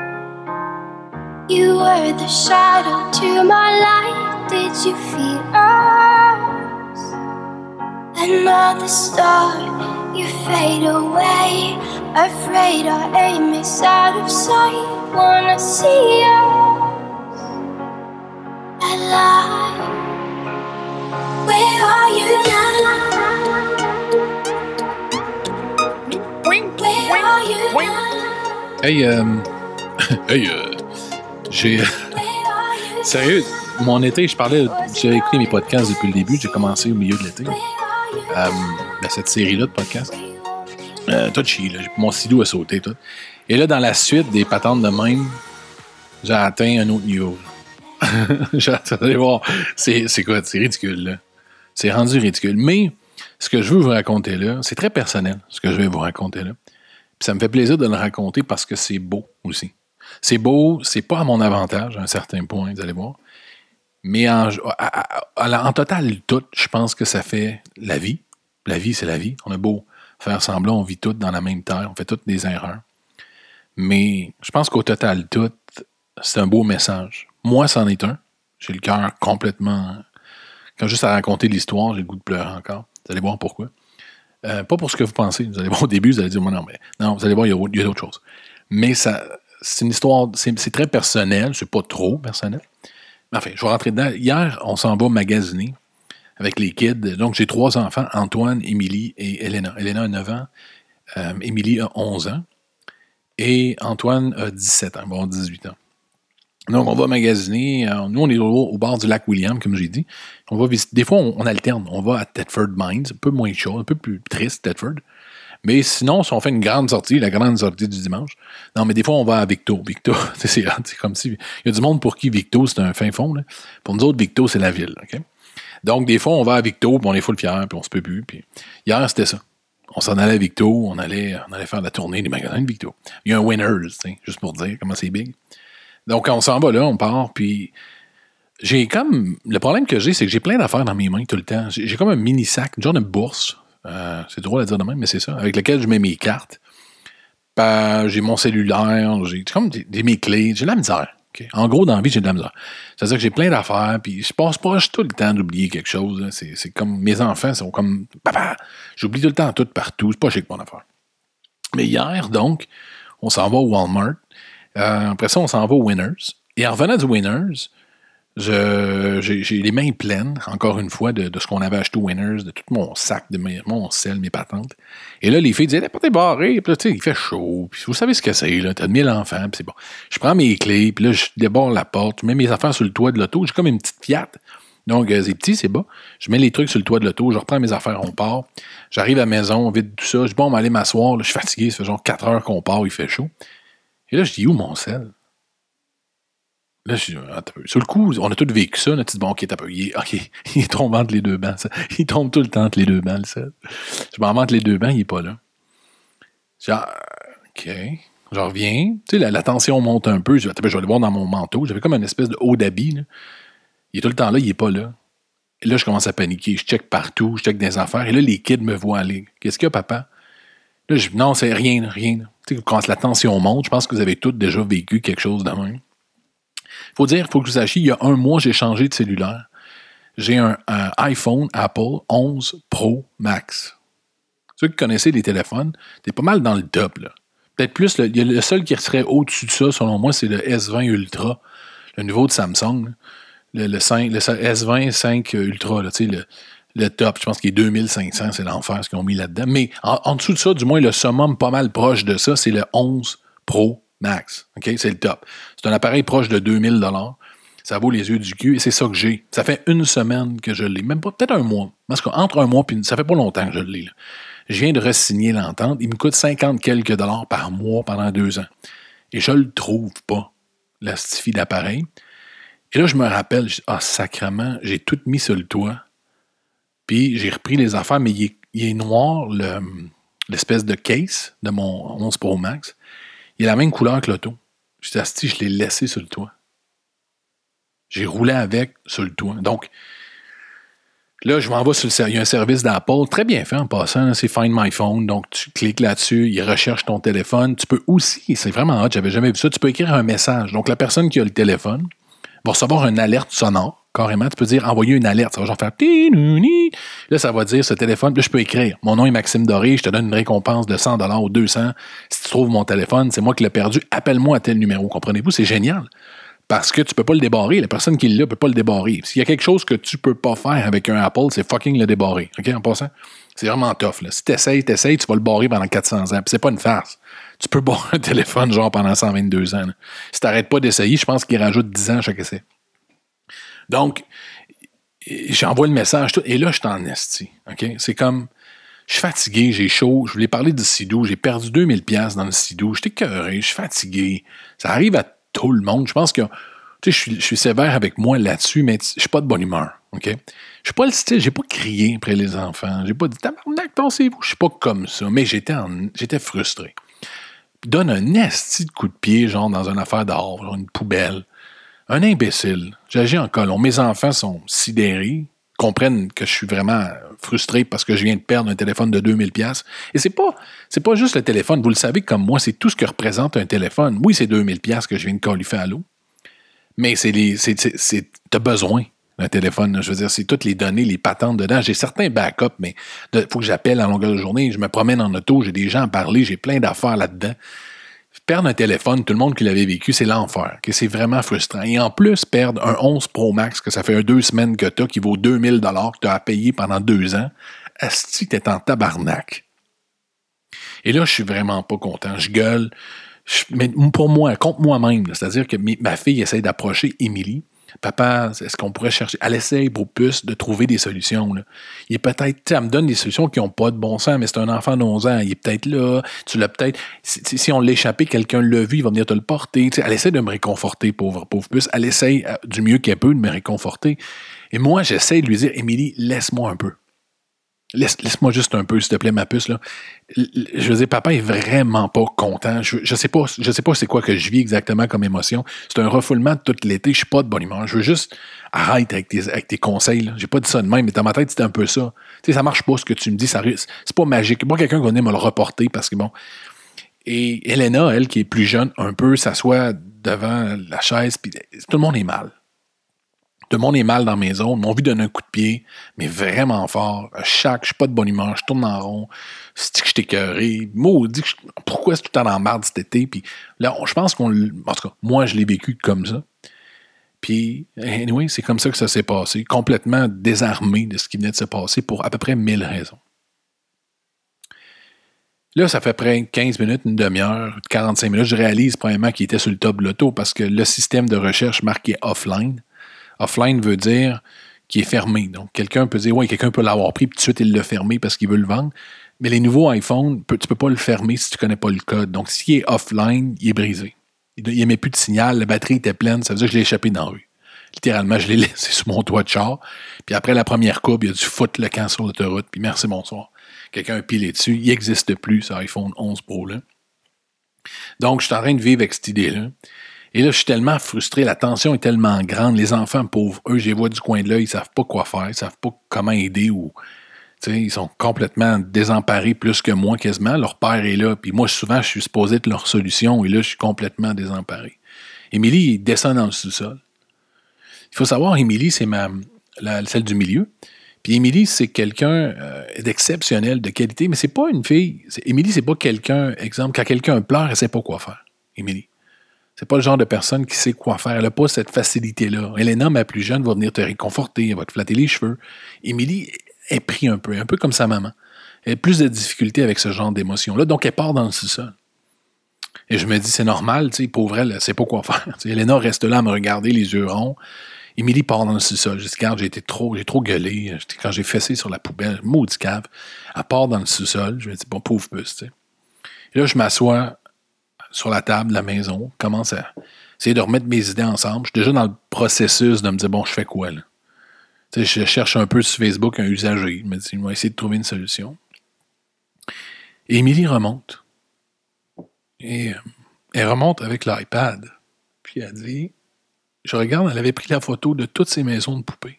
S2: You were the shadow to my light. Did you feel another star, you fade away. Afraid our aim is out of sight. Wanna see us alive. Where are you now? Where are you now?
S1: Hey, j'ai... Sérieux, mon été, j'ai écouté mes podcasts depuis le début, j'ai commencé au milieu de l'été. Cette série-là de podcasts. Touchy, là, mon sidou a sauté, tout. Et là, dans la suite des patentes de même, j'ai atteint un autre niveau. Allez voir, c'est quoi? C'est ridicule, là. C'est rendu ridicule. Mais ce que je veux vous raconter là, c'est très personnel, ce que je vais vous raconter là. Puis ça me fait plaisir de le raconter parce que c'est beau aussi. C'est beau, c'est pas à mon avantage à un certain point, vous allez voir. Mais en total, tout, je pense que ça fait la vie. La vie, c'est la vie. On a beau faire semblant, on vit tous dans la même terre, on fait toutes des erreurs. Mais je pense qu'au total, tout, c'est un beau message. Moi, c'en est un. J'ai le cœur complètement... Quand juste à raconter l'histoire, j'ai le goût de pleurer encore. Vous allez voir pourquoi. Pas pour ce que vous pensez. Vous allez voir au début, vous allez dire, non, vous allez voir, il y a d'autres choses. Mais ça, c'est une histoire, c'est très personnel, c'est pas trop personnel. Mais enfin, je vais rentrer dedans. Hier, on s'en va magasiner avec les kids. Donc, j'ai 3 enfants, Antoine, Émilie et Elena. Elena a 9 ans, Émilie a 11 ans et Antoine a 17 ans, il va avoir 18 ans. Donc, on va magasiner. Nous, on est au bord du lac William, comme j'ai dit. On va visiter. Des fois, on alterne. On va à Thetford Mines, un peu moins chaud, un peu plus triste, Thetford. Mais sinon, si on fait une grande sortie, la grande sortie du dimanche, non, mais des fois, on va à Victo. Victo, c'est comme si... Il y a du monde pour qui Victo, c'est un fin fond. Là. Pour nous autres, Victo, c'est la ville. Okay? Donc, des fois, on va à Victo, puis on est full fiers, puis on se peut plus. Puis hier, c'était ça. On s'en allait à Victo, on allait faire la tournée des magasins de Victo. Il y a un Winners, juste pour dire comment c'est big. Donc, on s'en va là, on part, puis j'ai comme... Le problème que j'ai, c'est que j'ai plein d'affaires dans mes mains tout le temps. J'ai comme un mini-sac, une genre de bourse, c'est drôle à dire de même, mais c'est ça, avec lequel je mets mes cartes. J'ai mon cellulaire, j'ai comme mes clés, j'ai de la misère. Okay? En gros, dans la vie, j'ai de la misère. C'est-à-dire que j'ai plein d'affaires, puis je passe pas tout le temps d'oublier quelque chose. Là. C'est comme... Mes enfants sont comme... Papa, j'oublie tout le temps tout partout, c'est pas chic mon affaire. Mais hier, donc, on s'en va au Walmart. Après ça, on s'en va au Winners. Et en revenant du Winners, j'ai les mains pleines, encore une fois, de ce qu'on avait acheté au Winners, de tout mon sac, de mon sel, mes patentes. Et là, les filles disaient, la porte est barrée. Puis là, tu sais, il fait chaud. Puis vous savez ce que c'est, là. T'as 1000 enfants, puis c'est bon. Je prends mes clés, puis là, je déborde la porte, je mets mes affaires sur le toit de l'auto. J'ai comme une petite Fiat. Donc, c'est petit, c'est bas. Je mets les trucs sur le toit de l'auto, je reprends mes affaires, on part. J'arrive à la maison, on vide tout ça. Je dis, bon, on va aller m'asseoir. Là, je suis fatigué, ça fait genre 4 heures qu'on part, il fait chaud. Et là, je dis, où mon sel? Là, je dis, sur le coup, on a tous vécu ça. Là, tu dis, bon, OK, il tombe entre les deux bancs. Ça. Il tombe tout le temps entre les deux bancs, le sel. Je m'en vais entre les deux bancs, il n'est pas là. Je dis, OK. Je reviens. Tu sais, la tension monte un peu. Je vais aller voir dans mon manteau. J'avais comme une espèce de haut d'habit. Là. Il est tout le temps là, il n'est pas là. Et là, je commence à paniquer. Je check partout, je check des affaires. Et là, les kids me voient aller. Qu'est-ce qu'il y a, papa? Là, je dis, non, c'est rien. Tu sais, quand la tension monte, je pense que vous avez tous déjà vécu quelque chose de même. Il faut que vous sachiez, il y a 1 mois, j'ai changé de cellulaire. J'ai un iPhone Apple 11 Pro Max. Ceux qui connaissez les téléphones, t'es pas mal dans le top, là. Peut-être plus, le seul qui serait au-dessus de ça, selon moi, c'est le S20 Ultra, le nouveau de Samsung. Le S20 5 Ultra, là, tu sais, le top, je pense qu'il est 2500, c'est l'enfer ce qu'ils ont mis là-dedans. Mais en dessous de ça, du moins, le summum pas mal proche de ça, c'est le 11 Pro Max. Okay? C'est le top. C'est un appareil proche de 2000 $. Ça vaut les yeux du cul et c'est ça que j'ai. Ça fait 1 semaine que je l'ai. Même pas, peut-être 1 mois. Parce qu'entre 1 mois, puis ça fait pas longtemps que je l'ai. Là. Je viens de re-signer l'entente. Il me coûte 50 quelques $ par mois pendant 2 ans. Et je le trouve pas, l'astifi d'appareil. Et là, je me rappelle, sacrément, j'ai tout mis sur le toit. Puis j'ai repris les affaires, mais il est noir, l'espèce de case de mon 11 Pro Max. Il a la même couleur que l'auto. J'étais assis, je l'ai laissé sur le toit. J'ai roulé avec sur le toit. Donc, là, je m'en vais il y a un service d'Apple, très bien fait en passant, là, c'est Find My Phone. Donc, tu cliques là-dessus, il recherche ton téléphone. Tu peux aussi, c'est vraiment hot, j'avais jamais vu ça, tu peux écrire un message. Donc, la personne qui a le téléphone va recevoir une alerte sonore carrément. Tu peux dire envoyer une alerte. Ça va genre faire ti-nu-ni. Là, ça va dire ce téléphone. Là, je peux écrire. Mon nom est Maxime Doré. Je te donne une récompense de 100 $ ou 200. Si tu trouves mon téléphone, c'est moi qui l'ai perdu. Appelle-moi à tel numéro. Comprenez-vous? C'est génial. Parce que tu peux pas le débarrer. La personne qui l'a peut pas le débarrer. S'il y a quelque chose que tu peux pas faire avec un Apple, c'est fucking le débarrer. OK, en passant? C'est vraiment tough, là. Si t'essayes, tu vas le barrer pendant 400 ans. Puis c'est pas une farce. Tu peux barrer un téléphone genre pendant 122 ans. Là. Si t'arrêtes pas d'essayer, je pense qu'il rajoute 10 ans à chaque essai. Donc, j'envoie le message, tout, et là, je suis en esti. OK? C'est comme, je suis fatigué, j'ai chaud, je voulais parler du Sidou, j'ai perdu 2000$ dans le Sidou, j'étais écœuré, je suis fatigué. Ça arrive à tout le monde. Je pense que, tu sais, je suis sévère avec moi là-dessus, mais je suis pas de bonne humeur. OK? Je suis pas le style, j'ai pas crié après les enfants, j'ai pas dit, tabarnak, pensez-vous, je suis pas comme ça, mais j'étais frustré. Donne un esti de coup de pied, genre dans une affaire dehors, genre une poubelle. Un imbécile. J'agis en colon. Mes enfants sont sidérés, comprennent que je suis vraiment frustré parce que je viens de perdre un téléphone de 2000$. Et c'est pas juste le téléphone. Vous le savez comme moi, c'est tout ce que représente un téléphone. Oui, c'est 2000$ que je viens de califer à l'eau. Mais t'as besoin d'un téléphone. Je veux dire, c'est toutes les données, les patentes dedans. J'ai certains backups, mais il faut que j'appelle à longueur de journée. Je me promène en auto, j'ai des gens à parler, j'ai plein d'affaires là-dedans. Perdre un téléphone, tout le monde qui l'avait vécu, c'est l'enfer. Que c'est vraiment frustrant. Et en plus, perdre un 11 Pro Max, que ça fait 2 semaines que tu as, qui vaut 2000$ que tu as à payer pendant 2 ans, asti, t'es en tabarnak. Et là, je suis vraiment pas content. Je gueule. Mais pour moi, contre moi-même, c'est-à-dire que ma fille essaie d'approcher Émilie. Papa, est-ce qu'on pourrait chercher? Elle essaie, pour plus, de trouver des solutions. Là. Il est peut-être, elle me donne des solutions qui n'ont pas de bon sens, mais c'est un enfant de 11 ans, il est peut-être là, tu l'as peut-être. Si on l'a échappé, quelqu'un l'a vu, il va venir te le porter. Elle essaie de me réconforter, pauvre puce. Elle essaie du mieux qu'elle peut de me réconforter. Et moi, j'essaie de lui dire, Émilie, laisse-moi un peu. Laisse-moi juste un peu, s'il te plaît, ma puce. Là. Je veux dire, papa est vraiment pas content. Je sais pas c'est quoi que je vis exactement comme émotion. C'est un refoulement de tout l'été. Je suis pas de bonne humeur. Je veux juste arrête avec tes conseils. Là. J'ai pas dit ça de même, mais dans ma tête, c'était un peu ça. Tu sais, ça marche pas ce que tu me dis. C'est pas magique. Moi, quelqu'un qui venait me le reporter parce que bon. Et Elena, elle, qui est plus jeune, un peu, s'assoit devant la chaise, puis tout le monde est mal. Tout le monde est mal dans la maison. Ils m'ont vu donner un coup de pied, mais vraiment fort. Je suis pas de bonne humeur, je tourne en rond. C'est que je suis écœuré. Maudit, pourquoi est-ce que tout le temps en marde cet été? Puis là, je pense en tout cas, moi, je l'ai vécu comme ça. Puis, anyway, c'est comme ça que ça s'est passé. Complètement désarmé de ce qui venait de se passer pour à peu près 1000 raisons. Là, ça fait près 15 minutes, une demi-heure, 45 minutes. Je réalise probablement qu'il était sur le top de l'auto parce que le système de recherche marquait offline. Offline veut dire qu'il est fermé. Donc, quelqu'un peut dire, oui, quelqu'un peut l'avoir pris, puis tout de suite, il l'a fermé parce qu'il veut le vendre. Mais les nouveaux iPhones, tu ne peux pas le fermer si tu ne connais pas le code. Donc, s'il est offline, il est brisé. Il n'émet plus de signal, la batterie était pleine, ça veut dire que je l'ai échappé dans la rue. Littéralement, je l'ai laissé sur mon toit de char. Puis après la première courbe, il a dû foutre le camp sur l'autoroute, puis merci, bonsoir. Quelqu'un a pilé dessus. Il n'existe plus, ce iPhone 11 Pro-là. Donc, je suis en train de vivre avec cette idée-là. Et là, je suis tellement frustré, la tension est tellement grande. Les enfants pauvres, eux, je les vois du coin de l'œil, ils ne savent pas quoi faire, ils ne savent pas comment aider ou. Ils sont complètement désemparés plus que moi quasiment. Leur père est là, puis moi, souvent, je suis supposé être leur solution, et là, je suis complètement désemparé. Émilie descend dans le sous-sol. Il faut savoir, Émilie, c'est celle du milieu. Puis Émilie, c'est quelqu'un d'exceptionnel, de qualité, mais c'est pas une fille. Émilie, c'est pas quelqu'un, exemple, quand quelqu'un pleure, elle ne sait pas quoi faire. Émilie. C'est pas le genre de personne qui sait quoi faire. Elle n'a pas cette facilité-là. Elena, ma plus jeune, va venir te réconforter, elle va te flatter les cheveux. Émilie est pris un peu comme sa maman. Elle a plus de difficultés avec ce genre d'émotion-là, donc elle part dans le sous-sol. Et je me dis, c'est normal, pauvre elle ne sait pas quoi faire. Elena reste là à me regarder, les yeux ronds. Émilie part dans le sous-sol. Je dis, regarde, j'ai trop gueulé. Quand j'ai fessé sur la poubelle, maudit cave. Elle part dans le sous-sol. Je me dis, bon, pauvre puce, Et là, je m'assois sur la table de la maison, commence à essayer de remettre mes idées ensemble. Je suis déjà dans le processus de me dire, bon, je fais quoi, là? Je cherche un peu sur Facebook un usager. Je me dis, je vais essayer de trouver une solution. Et Émilie remonte. Et elle remonte avec l'iPad. Puis elle dit, je regarde, elle avait pris la photo de toutes ces maisons de poupées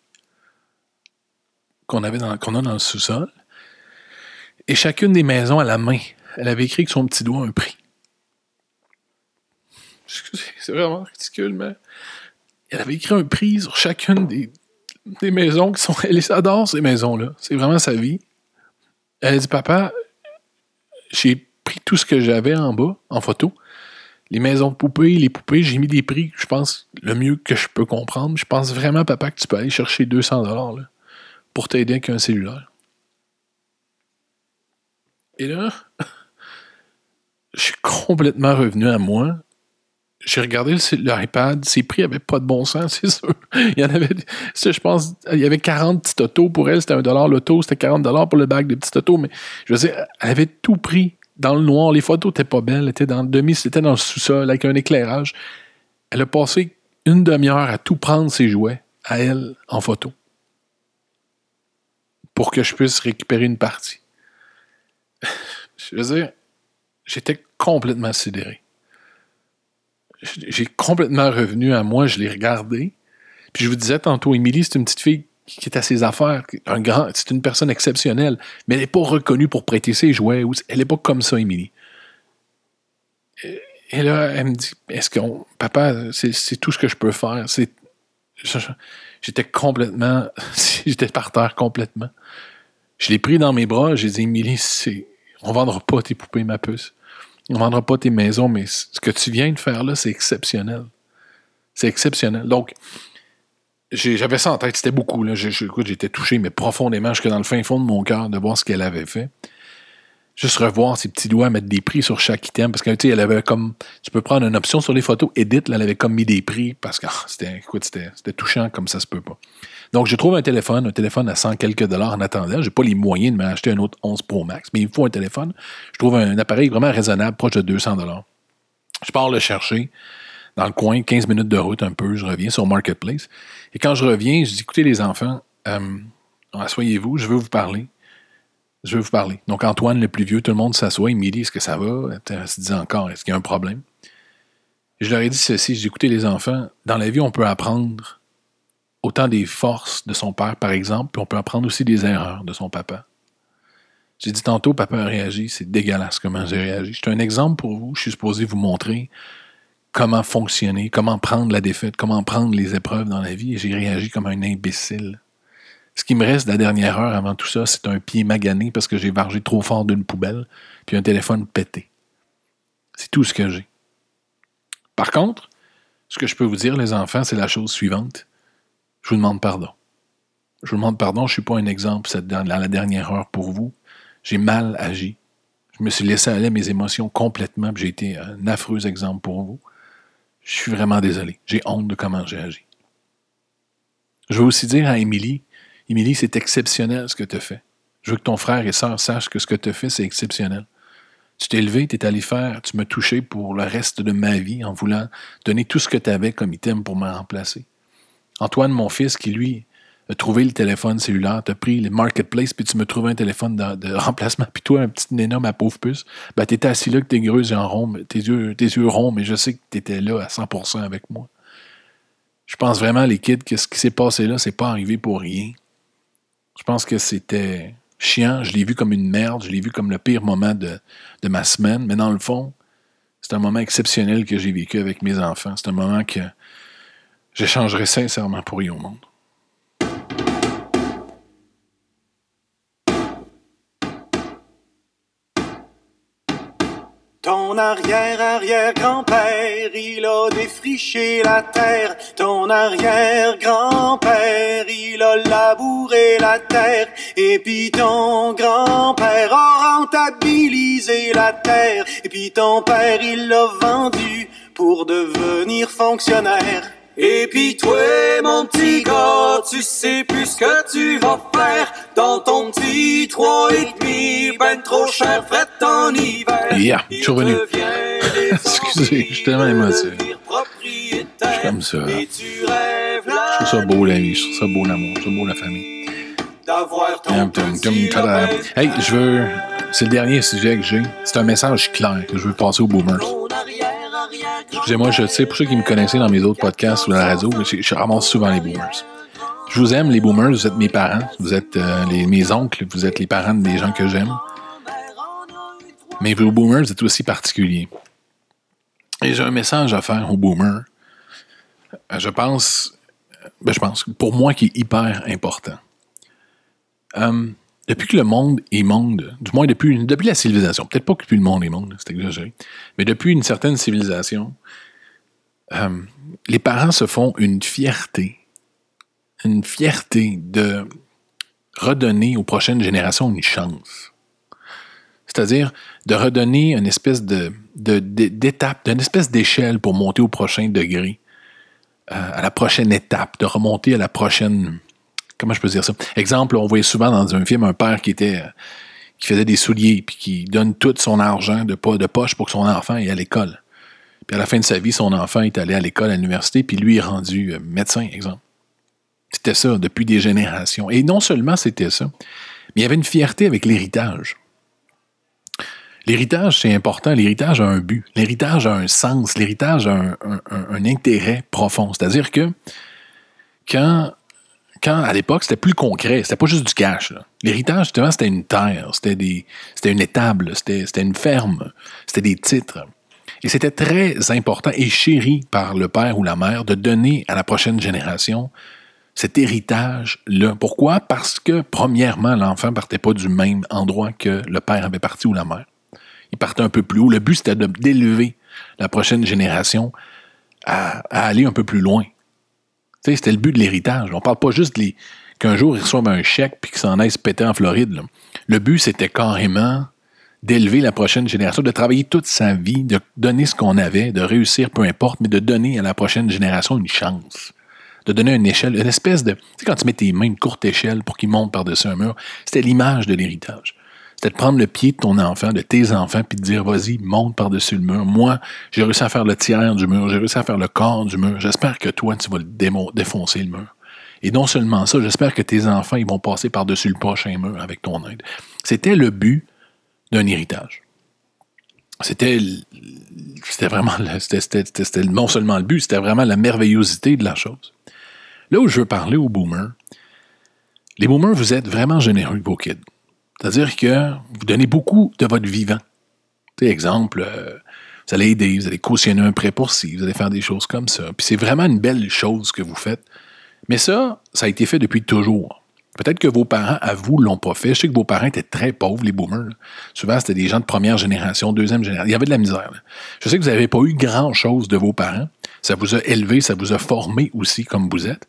S1: qu'on a dans le sous-sol. Et chacune des maisons à la main, elle avait écrit avec son petit doigt un prix. Excusez, c'est vraiment ridicule, mais elle avait écrit un prix sur chacune des maisons qui sont... Elle adore ces maisons-là. C'est vraiment sa vie. Elle a dit, papa, j'ai pris tout ce que j'avais en bas, en photo. Les maisons de poupées, les poupées, j'ai mis des prix, je pense, le mieux que je peux comprendre. Je pense vraiment, papa, que tu peux aller chercher 200$ là, pour t'aider avec un cellulaire. Et là, je suis complètement revenu à moi. J'ai regardé l'iPad, ses prix n'avaient pas de bon sens, c'est sûr. Il y en avait, je pense, il y avait 40 petits autos pour elle, c'était $1 l'auto, c'était $40 pour le bac de petits autos, mais je veux dire, elle avait tout pris dans le noir, les photos n'étaient pas belles, c'était dans le sous-sol avec un éclairage. Elle a passé une demi-heure à tout prendre ses jouets, à elle, en photo, pour que je puisse récupérer une partie. Je veux dire, j'étais complètement sidéré. J'ai complètement revenu à moi, je l'ai regardé. Puis je vous disais tantôt, Émilie, c'est une petite fille qui est à ses affaires. C'est une personne exceptionnelle, mais elle n'est pas reconnue pour prêter ses jouets. Elle n'est pas comme ça, Émilie. Et là, elle me dit, papa, c'est tout ce que je peux faire. J'étais complètement... J'étais par terre complètement. Je l'ai pris dans mes bras, j'ai dit, Émilie, on ne vendra pas tes poupées, ma puce. On ne vendra pas tes maisons, mais ce que tu viens de faire là, c'est exceptionnel. C'est exceptionnel. Donc, j'avais ça en tête, c'était beaucoup. Là. Écoute, j'étais touché, mais profondément, jusque dans le fin fond de mon cœur, de voir ce qu'elle avait fait. Juste revoir ses petits doigts mettre des prix sur chaque item, parce que, tu sais, elle avait comme... Tu peux prendre une option sur les photos, Edit, là, elle avait comme mis des prix, parce que c'était touchant comme ça se peut pas. Donc, je trouve un téléphone à 100 quelques dollars en attendant. J'ai pas les moyens de m'acheter un autre 11 Pro Max, mais il me faut un téléphone. Je trouve un appareil vraiment raisonnable, proche de 200$. Je pars le chercher dans le coin, 15 minutes de route un peu, je reviens sur Marketplace. Et quand je reviens, je dis, écoutez les enfants, asseyez-vous, je veux vous parler. Donc, Antoine, le plus vieux, tout le monde s'assoit. Émilie, est-ce que ça va? Elle se dit encore, est-ce qu'il y a un problème? Et je leur ai dit ceci, j'ai écouté les enfants, dans la vie, on peut apprendre autant des forces de son père, par exemple, puis on peut apprendre aussi des erreurs de son papa. J'ai dit tantôt, papa a réagi, c'est dégueulasse comment j'ai réagi. C'est un exemple pour vous, je suis supposé vous montrer comment fonctionner, comment prendre la défaite, comment prendre les épreuves dans la vie, et j'ai réagi comme un imbécile. Ce qui me reste de la dernière heure avant tout ça, c'est un pied magané parce que j'ai vargé trop fort d'une poubelle, puis un téléphone pété. C'est tout ce que j'ai. Par contre, ce que je peux vous dire, les enfants, c'est la chose suivante. Je vous demande pardon. Je vous demande pardon, je ne suis pas un exemple dans la dernière heure pour vous. J'ai mal agi. Je me suis laissé aller à mes émotions complètement, puis j'ai été un affreux exemple pour vous. Je suis vraiment désolé. J'ai honte de comment j'ai agi. Je veux aussi dire à Émilie, c'est exceptionnel ce que tu as fait. Je veux que ton frère et sœur sachent que ce que tu as fait, c'est exceptionnel. Tu t'es levé, tu es allé faire, tu m'as touché pour le reste de ma vie en voulant donner tout ce que tu avais comme item pour me remplacer. Antoine, mon fils, qui lui a trouvé le téléphone cellulaire, t'as pris le Marketplace, puis tu m'as trouvé un téléphone de remplacement, puis toi, un petit néna, ma pauvre puce, ben t'étais assis là avec tes gros yeux ronds, tes yeux ronds, mais je sais que t'étais là à 100% avec moi. Je pense vraiment, les kids, que ce qui s'est passé là, c'est pas arrivé pour rien. Je pense que c'était chiant, je l'ai vu comme une merde, je l'ai vu comme le pire moment de ma semaine, mais dans le fond, c'est un moment exceptionnel que j'ai vécu avec mes enfants. C'est un moment que j'échangerais sincèrement pour rien au monde.
S3: Ton arrière-arrière-grand-père, il a défriché la terre. Ton arrière-grand-père, il a labouré la terre. Et puis ton grand-père a rentabilisé la terre. Et puis ton père, il l'a vendu pour devenir fonctionnaire. Et puis toi, mon petit gars, tu sais plus ce que tu vas faire dans ton petit 3,5, ben trop cher, fret en hiver.
S1: Yeah, je suis revenu. Excusez, je suis tellement émotif. Je suis comme ça. Je trouve ça beau la vie, je trouve ça beau l'amour, je trouve beau la famille. Hey, c'est le dernier sujet que j'ai. C'est un message clair que je veux passer aux boomers. Excusez-moi, je sais, pour ceux qui me connaissaient dans mes autres podcasts ou dans la radio, je ramasse souvent les boomers. Je vous aime, les boomers, vous êtes mes parents, vous êtes mes oncles, vous êtes les parents des gens que j'aime. Mais vos boomers, vous êtes aussi particuliers. Et j'ai un message à faire aux boomers. Je pense je pense, pour moi, qui est hyper important. Depuis que le monde est monde, du moins depuis la civilisation, peut-être pas que depuis le monde est monde, c'est exagéré, mais depuis une certaine civilisation, les parents se font une fierté de redonner aux prochaines générations une chance. C'est-à-dire de redonner une espèce d'étape, une espèce d'échelle pour monter au prochain degré, à la prochaine étape, de remonter à la prochaine... Comment je peux dire ça? Exemple, on voyait souvent dans un film un père qui faisait des souliers puis qui donne tout son argent de poche pour que son enfant aille à l'école. Puis à la fin de sa vie, son enfant est allé à l'école, à l'université, puis lui est rendu médecin, exemple. C'était ça depuis des générations. Et non seulement c'était ça, mais il y avait une fierté avec l'héritage. L'héritage, c'est important. L'héritage a un but. L'héritage a un sens. L'héritage a un intérêt profond. C'est-à-dire que quand à l'époque, c'était plus concret, c'était pas juste du cash. Là. L'héritage, justement, c'était une terre, c'était une étable, c'était une ferme, c'était des titres. Et c'était très important et chéri par le père ou la mère de donner à la prochaine génération cet héritage-là. Pourquoi? Parce que, premièrement, l'enfant ne partait pas du même endroit que le père avait parti ou la mère. Il partait un peu plus haut. Le but, c'était d'élever la prochaine génération à aller un peu plus loin. Tu sais, c'était le but de l'héritage. On ne parle pas juste qu'un jour, ils reçoivent un chèque puis qu'ils s'en aillent se péter en Floride. Là. Le but, c'était carrément d'élever la prochaine génération, de travailler toute sa vie, de donner ce qu'on avait, de réussir, peu importe, mais de donner à la prochaine génération une chance. De donner une échelle, une espèce de... Tu sais, quand tu mets tes mains, une courte échelle pour qu'ils montent par-dessus un mur, c'était l'image de l'héritage. C'était de prendre le pied de ton enfant, de tes enfants, puis de dire, vas-y, monte par-dessus le mur. Moi, j'ai réussi à faire le tiers du mur, j'ai réussi à faire le quart du mur. J'espère que toi, tu vas défoncer le mur. Et non seulement ça, j'espère que tes enfants, ils vont passer par-dessus le prochain mur avec ton aide. C'était le but d'un héritage. C'était vraiment, c'était non seulement le but, c'était vraiment la merveillosité de la chose. Là où je veux parler aux boomers, les boomers, vous êtes vraiment généreux avec vos kids. C'est-à-dire que vous donnez beaucoup de votre vivant. Tu sais, exemple, vous allez aider, vous allez cautionner un prêt pour ci, vous allez faire des choses comme ça. Puis c'est vraiment une belle chose que vous faites. Mais ça a été fait depuis toujours. Peut-être que vos parents, à vous, ne l'ont pas fait. Je sais que vos parents étaient très pauvres, les boomers. Là. Souvent, c'était des gens de première génération, deuxième génération. Il y avait de la misère. Là. Je sais que vous n'avez pas eu grand-chose de vos parents. Ça vous a élevé, ça vous a formé aussi comme vous êtes.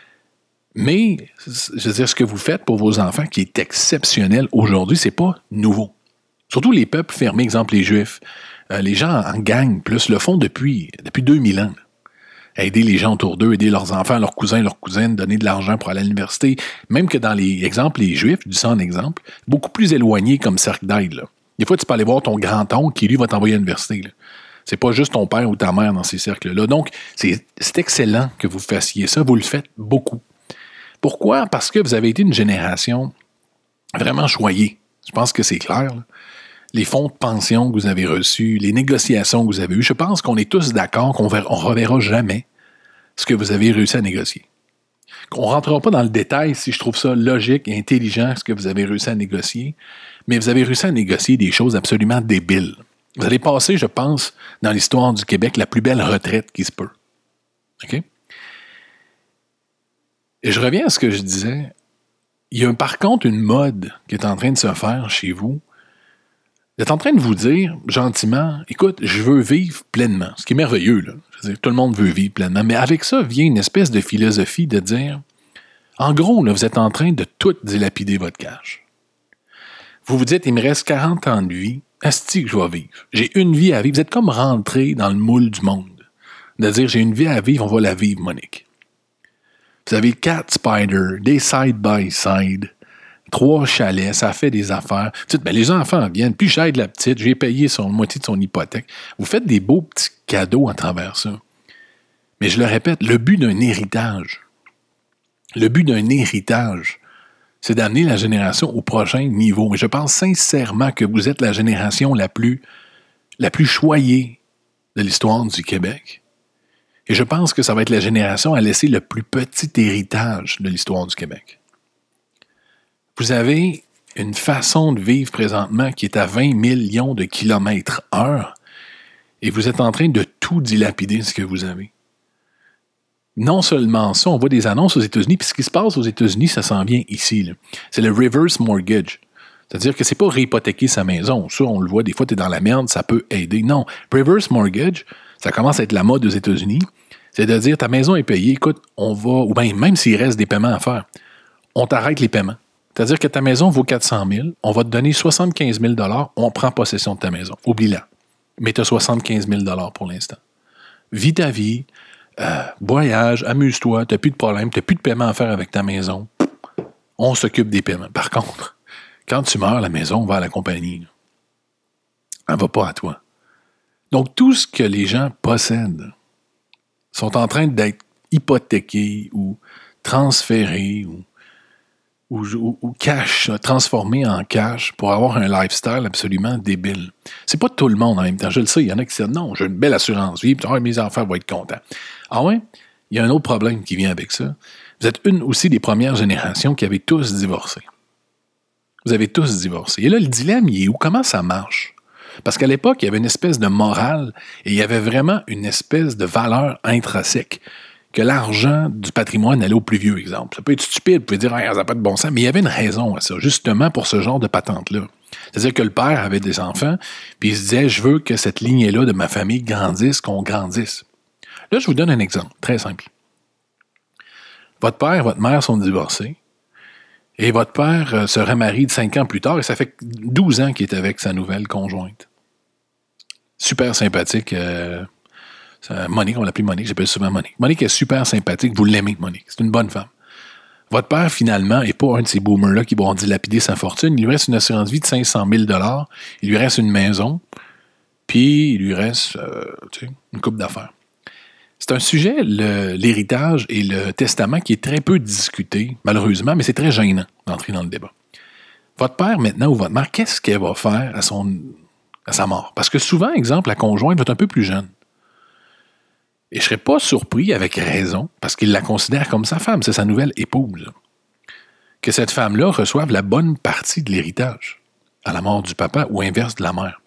S1: Mais, je veux dire, ce que vous faites pour vos enfants, qui est exceptionnel aujourd'hui, c'est pas nouveau. Surtout les peuples fermés, exemple les Juifs. Les gens en gang, plus, le font depuis 2000 ans. Aider les gens autour d'eux, aider leurs enfants, leurs cousins, leurs cousines, donner de l'argent pour aller à l'université. Même que dans les exemples, les Juifs, je dis ça en exemple, beaucoup plus éloignés comme cercle d'aide. Là. Des fois, tu peux aller voir ton grand-oncle qui, lui, va t'envoyer à l'université. Là. C'est pas juste ton père ou ta mère dans ces cercles-là. Donc, c'est excellent que vous fassiez ça. Vous le faites beaucoup. Pourquoi? Parce que vous avez été une génération vraiment choyée. Je pense que c'est clair. Là. Les fonds de pension que vous avez reçus, les négociations que vous avez eues, je pense qu'on est tous d'accord qu'on ne reverra jamais ce que vous avez réussi à négocier. On ne rentrera pas dans le détail si je trouve ça logique et intelligent ce que vous avez réussi à négocier, mais vous avez réussi à négocier des choses absolument débiles. Vous allez passer, je pense, dans l'histoire du Québec, la plus belle retraite qui se peut. OK? Et je reviens à ce que je disais. Il y a par contre une mode qui est en train de se faire chez vous. Vous êtes en train de vous dire, gentiment, écoute, je veux vivre pleinement. Ce qui est merveilleux, là. Je veux dire, tout le monde veut vivre pleinement. Mais avec ça vient une espèce de philosophie de dire, en gros, là, vous êtes en train de tout dilapider votre cash. Vous vous dites, il me reste 40 ans de vie. Asti que je vais vivre. J'ai une vie à vivre. Vous êtes comme rentré dans le moule du monde. De dire, j'ai une vie à vivre, on va la vivre, Monique. Vous avez 4 spiders, des side-by-side, 3 chalets, ça fait des affaires. Ben, les enfants viennent, puis j'aide la petite, j'ai payé moitié de son hypothèque. Vous faites des beaux petits cadeaux à travers ça. Mais je le répète, le but d'un héritage, c'est d'amener la génération au prochain niveau. Mais je pense sincèrement que vous êtes la génération la plus choyée de l'histoire du Québec. Et je pense que ça va être la génération à laisser le plus petit héritage de l'histoire du Québec. Vous avez une façon de vivre présentement qui est à 20 millions de kilomètres/heure et vous êtes en train de tout dilapider ce que vous avez. Non seulement ça, on voit des annonces aux États-Unis, puis ce qui se passe aux États-Unis, ça s'en vient ici. Là. C'est le reverse mortgage. C'est-à-dire que c'est pas réhypothéquer sa maison. Ça, on le voit, des fois, tu es dans la merde, ça peut aider. Non, reverse mortgage, ça commence à être la mode aux États-Unis. C'est de dire, ta maison est payée, écoute, on va, ou bien même s'il reste des paiements à faire, on t'arrête les paiements. C'est-à-dire que ta maison vaut 400 000, on va te donner 75 000 on prend possession de ta maison. Oublie-la. Mais tu as 75 000 pour l'instant. Vis ta vie, voyage, amuse-toi, tu n'as plus de problème, tu n'as plus de paiement à faire avec ta maison. On s'occupe des paiements. Par contre, quand tu meurs, la maison va à la compagnie. Elle ne va pas à toi. Donc, tout ce que les gens possèdent sont en train d'être hypothéqués ou transférés ou cash, transformés en cash pour avoir un lifestyle absolument débile. C'est pas tout le monde en même temps. Je le sais, il y en a qui disent non, j'ai une belle assurance vie, mes enfants vont être contents. Ah ouais? Il y a un autre problème qui vient avec ça. Vous êtes une aussi des premières générations qui avez tous divorcé. Vous avez tous divorcé. Et là, le dilemme, il est où? Comment ça marche? Parce qu'à l'époque, il y avait une espèce de morale et il y avait vraiment une espèce de valeur intrinsèque que l'argent du patrimoine allait au plus vieux, exemple. Ça peut être stupide, vous pouvez dire ça n'a pas de bon sens, mais il y avait une raison à ça, justement pour ce genre de patente-là. C'est-à-dire que le père avait des enfants, puis il se disait, je veux que cette lignée-là de ma famille grandisse, qu'on grandisse. Là, je vous donne un exemple, très simple. Votre père et votre mère sont divorcés, et votre père se remarie de 5 ans plus tard, et ça fait 12 ans qu'il est avec sa nouvelle conjointe. Super sympathique. Monique, on l'appelle Monique, j'appelle souvent Monique. Monique est super sympathique, vous l'aimez, Monique. C'est une bonne femme. Votre père, finalement, n'est pas un de ces boomers-là qui vont dilapider sa fortune. Il lui reste une assurance vie de 500 000 $, il lui reste une maison, puis il lui reste une couple d'affaires. C'est un sujet, l'héritage et le testament, qui est très peu discuté, malheureusement, mais c'est très gênant d'entrer dans le débat. Votre père, maintenant, ou votre mère, qu'est-ce qu'elle va faire à sa mort? Parce que souvent, exemple, la conjointe va être un peu plus jeune. Et je ne serais pas surpris, avec raison, parce qu'il la considère comme sa femme, c'est sa nouvelle épouse, que cette femme-là reçoive la bonne partie de l'héritage à la mort du papa ou inverse de la mère.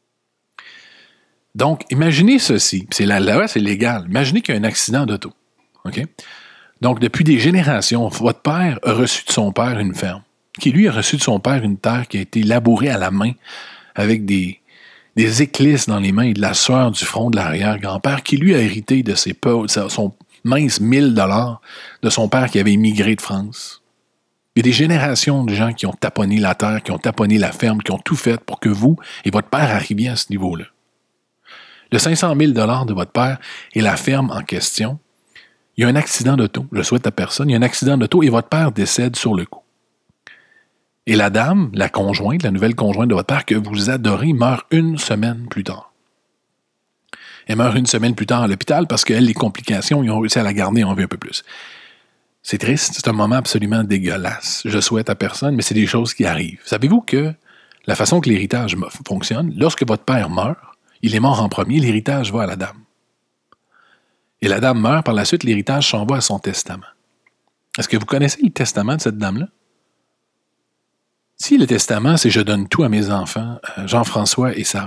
S1: Donc, imaginez ceci, c'est là, c'est légal. Imaginez qu'il y a un accident d'auto. Okay? Donc, depuis des générations, votre père a reçu de son père une ferme, qui lui a reçu de son père une terre qui a été labourée à la main avec des éclisses dans les mains et de la sueur du front de l'arrière-grand-père, qui lui a hérité de son mince 1000 $ de son père qui avait immigré de France. Il y a des générations de gens qui ont taponné la terre, qui ont taponné la ferme, qui ont tout fait pour que vous et votre père arriviez à ce niveau-là. Le 500 000 $ de votre père et la ferme en question, il y a un accident d'auto, je le souhaite à personne, il y a un accident d'auto et votre père décède sur le coup. Et la dame, la conjointe, la nouvelle conjointe de votre père que vous adorez, meurt 1 semaine plus tard. Elle meurt 1 semaine plus tard à l'hôpital parce qu'elle, les complications, ils ont réussi à la garder, on veut un peu plus. C'est triste, c'est un moment absolument dégueulasse. Je souhaite à personne, mais c'est des choses qui arrivent. Savez-vous que la façon que l'héritage fonctionne, lorsque votre père meurt, il est mort en premier, l'héritage va à la dame. Et la dame meurt, par la suite, l'héritage s'envoie à son testament. Est-ce que vous connaissez le testament de cette dame-là? Si le testament, c'est « je donne tout à mes enfants, Jean-François et Sarah ».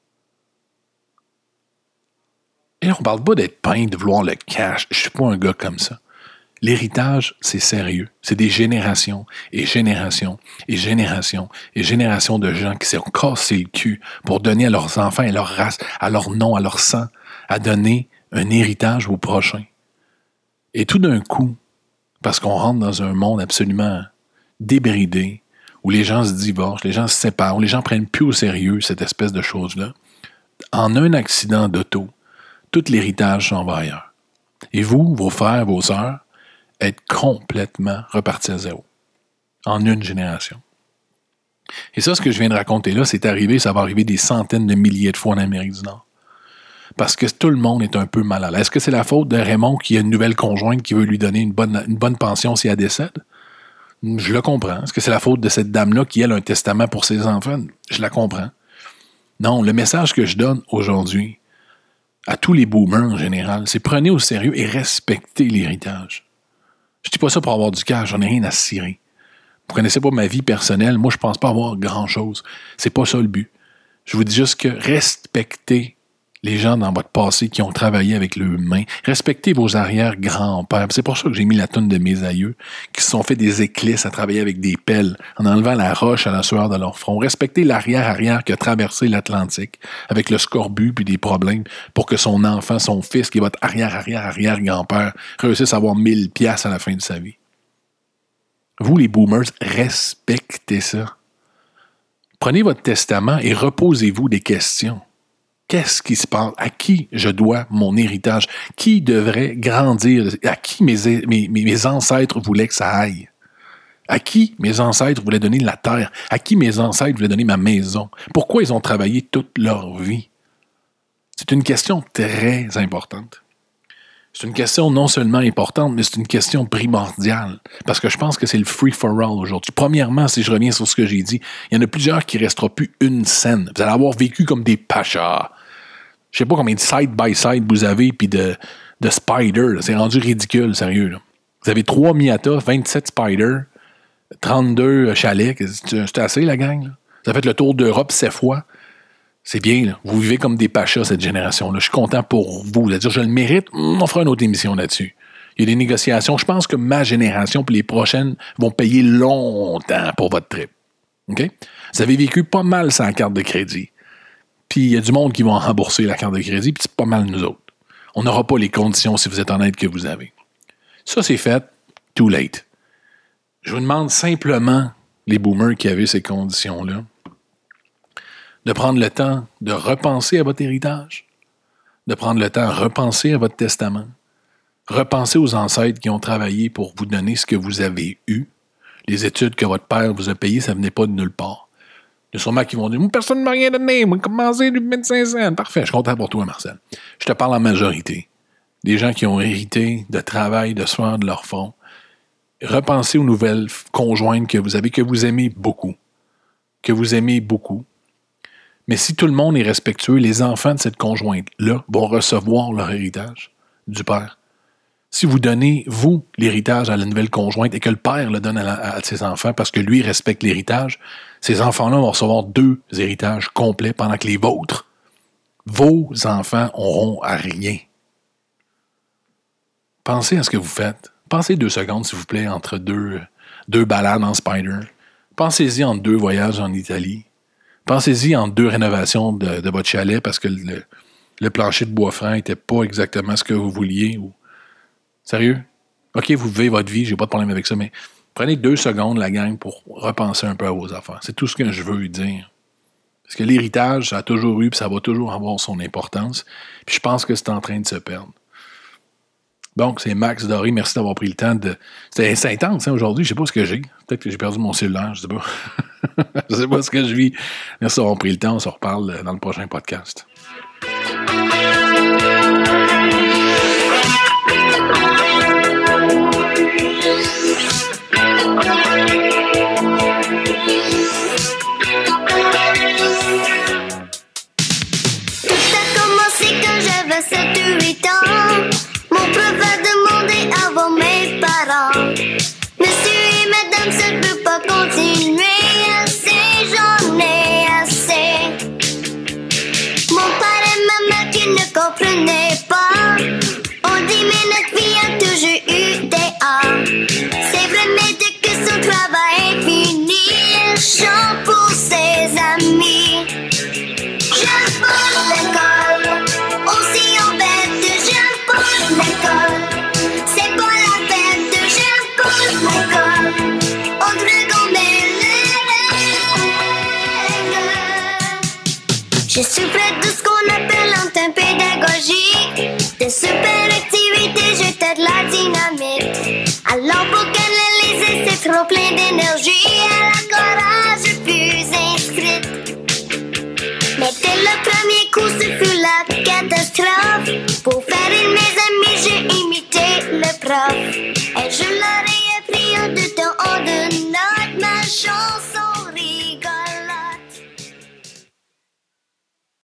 S1: Et là, on ne parle pas d'être peint, de vouloir le cash. Je ne suis pas un gars comme ça. L'héritage, c'est sérieux. C'est des générations et générations et générations et générations de gens qui s'est cassé le cul pour donner à leurs enfants, à leur race, à leur nom, à leur sang, à donner un héritage au prochain. Et tout d'un coup, parce qu'on rentre dans un monde absolument débridé, où les gens se divorcent, les gens se séparent, où les gens ne prennent plus au sérieux cette espèce de chose-là, en un accident d'auto, tout l'héritage s'en va ailleurs. Et vous, vos frères, vos sœurs, êtes complètement repartis à zéro. En une génération. Et ça, ce que je viens de raconter là, c'est arrivé, ça va arriver des centaines de milliers de fois en Amérique du Nord. Parce que tout le monde est un peu mal à l'aise. Est-ce que c'est la faute de Raymond qui a une nouvelle conjointe qui veut lui donner une bonne pension si elle décède? Je le comprends. Est-ce que c'est la faute de cette dame-là qui, elle, a un testament pour ses enfants? Je la comprends. Non, le message que je donne aujourd'hui à tous les boomers en général, c'est prenez au sérieux et respectez l'héritage. Je ne dis pas ça pour avoir du cash, j'en ai rien à cirer. Vous ne connaissez pas ma vie personnelle, moi je ne pense pas avoir grand-chose. C'est pas ça le but. Je vous dis juste que respectez les gens dans votre passé qui ont travaillé avec leurs mains. Respectez vos arrière-grands-pères. C'est pour ça que j'ai mis la toune de mes aïeux, qui se sont fait des éclisses à travailler avec des pelles, en enlevant la roche à la sueur de leur front. Respectez l'arrière-arrière qui a traversé l'Atlantique, avec le scorbut puis des problèmes, pour que son enfant, son fils, qui est votre arrière-arrière-arrière-grand-père, réussisse à avoir 1000 piastres à la fin de sa vie. Vous, les boomers, respectez ça. Prenez votre testament et reposez-vous des questions. Qu'est-ce qui se passe? À qui je dois mon héritage? Qui devrait grandir? À qui mes ancêtres voulaient que ça aille? À qui mes ancêtres voulaient donner la terre? À qui mes ancêtres voulaient donner ma maison? Pourquoi ils ont travaillé toute leur vie? C'est une question très importante. C'est une question non seulement importante, mais c'est une question primordiale. Parce que je pense que c'est le free-for-all aujourd'hui. Premièrement, si je reviens sur ce que j'ai dit, il y en a plusieurs qui ne resteront plus une scène. Vous allez avoir vécu comme des pachas. Je ne sais pas combien de side-by-side vous avez, puis de Spider. Là. C'est rendu ridicule, sérieux. Là. Vous avez 3 Miata, 27 Spider, 32 chalets. C'est assez, la gang? Là? Vous avez fait le tour d'Europe 7 fois. C'est bien, là. Vous vivez comme des pachas, cette génération-là. Je suis content pour vous. C'est-à-dire, je le mérite, on fera une autre émission là-dessus. Il y a des négociations. Je pense que ma génération puis les prochaines vont payer longtemps pour votre trip. OK? Vous avez vécu pas mal sans carte de crédit. Puis il y a du monde qui va rembourser la carte de crédit, puis c'est pas mal nous autres. On n'aura pas les conditions, si vous êtes honnête, que vous avez. Ça, c'est fait. Too late. Je vous demande simplement, les boomers qui avaient ces conditions-là, de prendre le temps de repenser à votre héritage, de prendre le temps de repenser à votre testament, repenser aux ancêtres qui ont travaillé pour vous donner ce que vous avez eu. Les études que votre père vous a payées, ça ne venait pas de nulle part. Il y a sûrement qui vont dire « Personne ne m'a rien donné, moi, commencé du 2500. » Parfait, je suis content pour toi, Marcel. Je te parle en majorité. Des gens qui ont hérité de travail, de sueur de leur front. Repensez aux nouvelles conjointes que vous avez, que vous aimez beaucoup. Que vous aimez beaucoup. Mais si tout le monde est respectueux, les enfants de cette conjointe-là vont recevoir leur héritage du père. Si vous donnez, vous, l'héritage à la nouvelle conjointe et que le père le donne à ses enfants parce que lui respecte l'héritage, ces enfants-là vont recevoir 2 héritages complets pendant que les vôtres, vos enfants, auront à rien. Pensez à ce que vous faites. Pensez 2 secondes, s'il vous plaît, entre deux balades en Spider. Pensez-y en 2 voyages en Italie. Pensez-y en 2 rénovations de votre chalet parce que le plancher de bois franc n'était pas exactement ce que vous vouliez. Sérieux? OK, vous vivez votre vie, j'ai pas de problème avec ça, mais prenez 2 secondes, la gang, pour repenser un peu à vos affaires. C'est tout ce que je veux dire. Parce que l'héritage, ça a toujours eu, puis ça va toujours avoir son importance. Puis je pense que c'est en train de se perdre. Donc, c'est Max Doré. Merci d'avoir pris le temps de... C'est intense, hein, aujourd'hui. Je sais pas ce que j'ai. Peut-être que j'ai perdu mon cellulaire, je sais pas. Je sais pas ce que je vis. Merci d'avoir pris le temps. On se reparle dans le prochain podcast.
S2: Tout a commencé quand j'avais 7 ou 8 ans. Mon prof a demandé à voir mes parents. Monsieur et madame, ça ne peut pas continuer assez, j'en ai assez. Mon père et ma mère qui ne comprenaient pas. On dit mais notre fille a toujours eu des A. C'est vrai mais dès que son travail est fini, elle chante pour ses amis. J'aime pas l'école, aussi en bête, j'aime pas l'école. C'est pas la fête, j'aime pas l'école. On devrait gommer les règles. Je souffrais de ce qu'on appelle un temps pédagogique. De super activités, j'étais de la dynamite. Alors pour canaliser, c'est trop plein d'énergie. À la chorale, je fus inscrite. Mais dès le premier coup, ce fut la catastrophe. Pour faire une de mes amies, j'ai imité le prof. Et je leur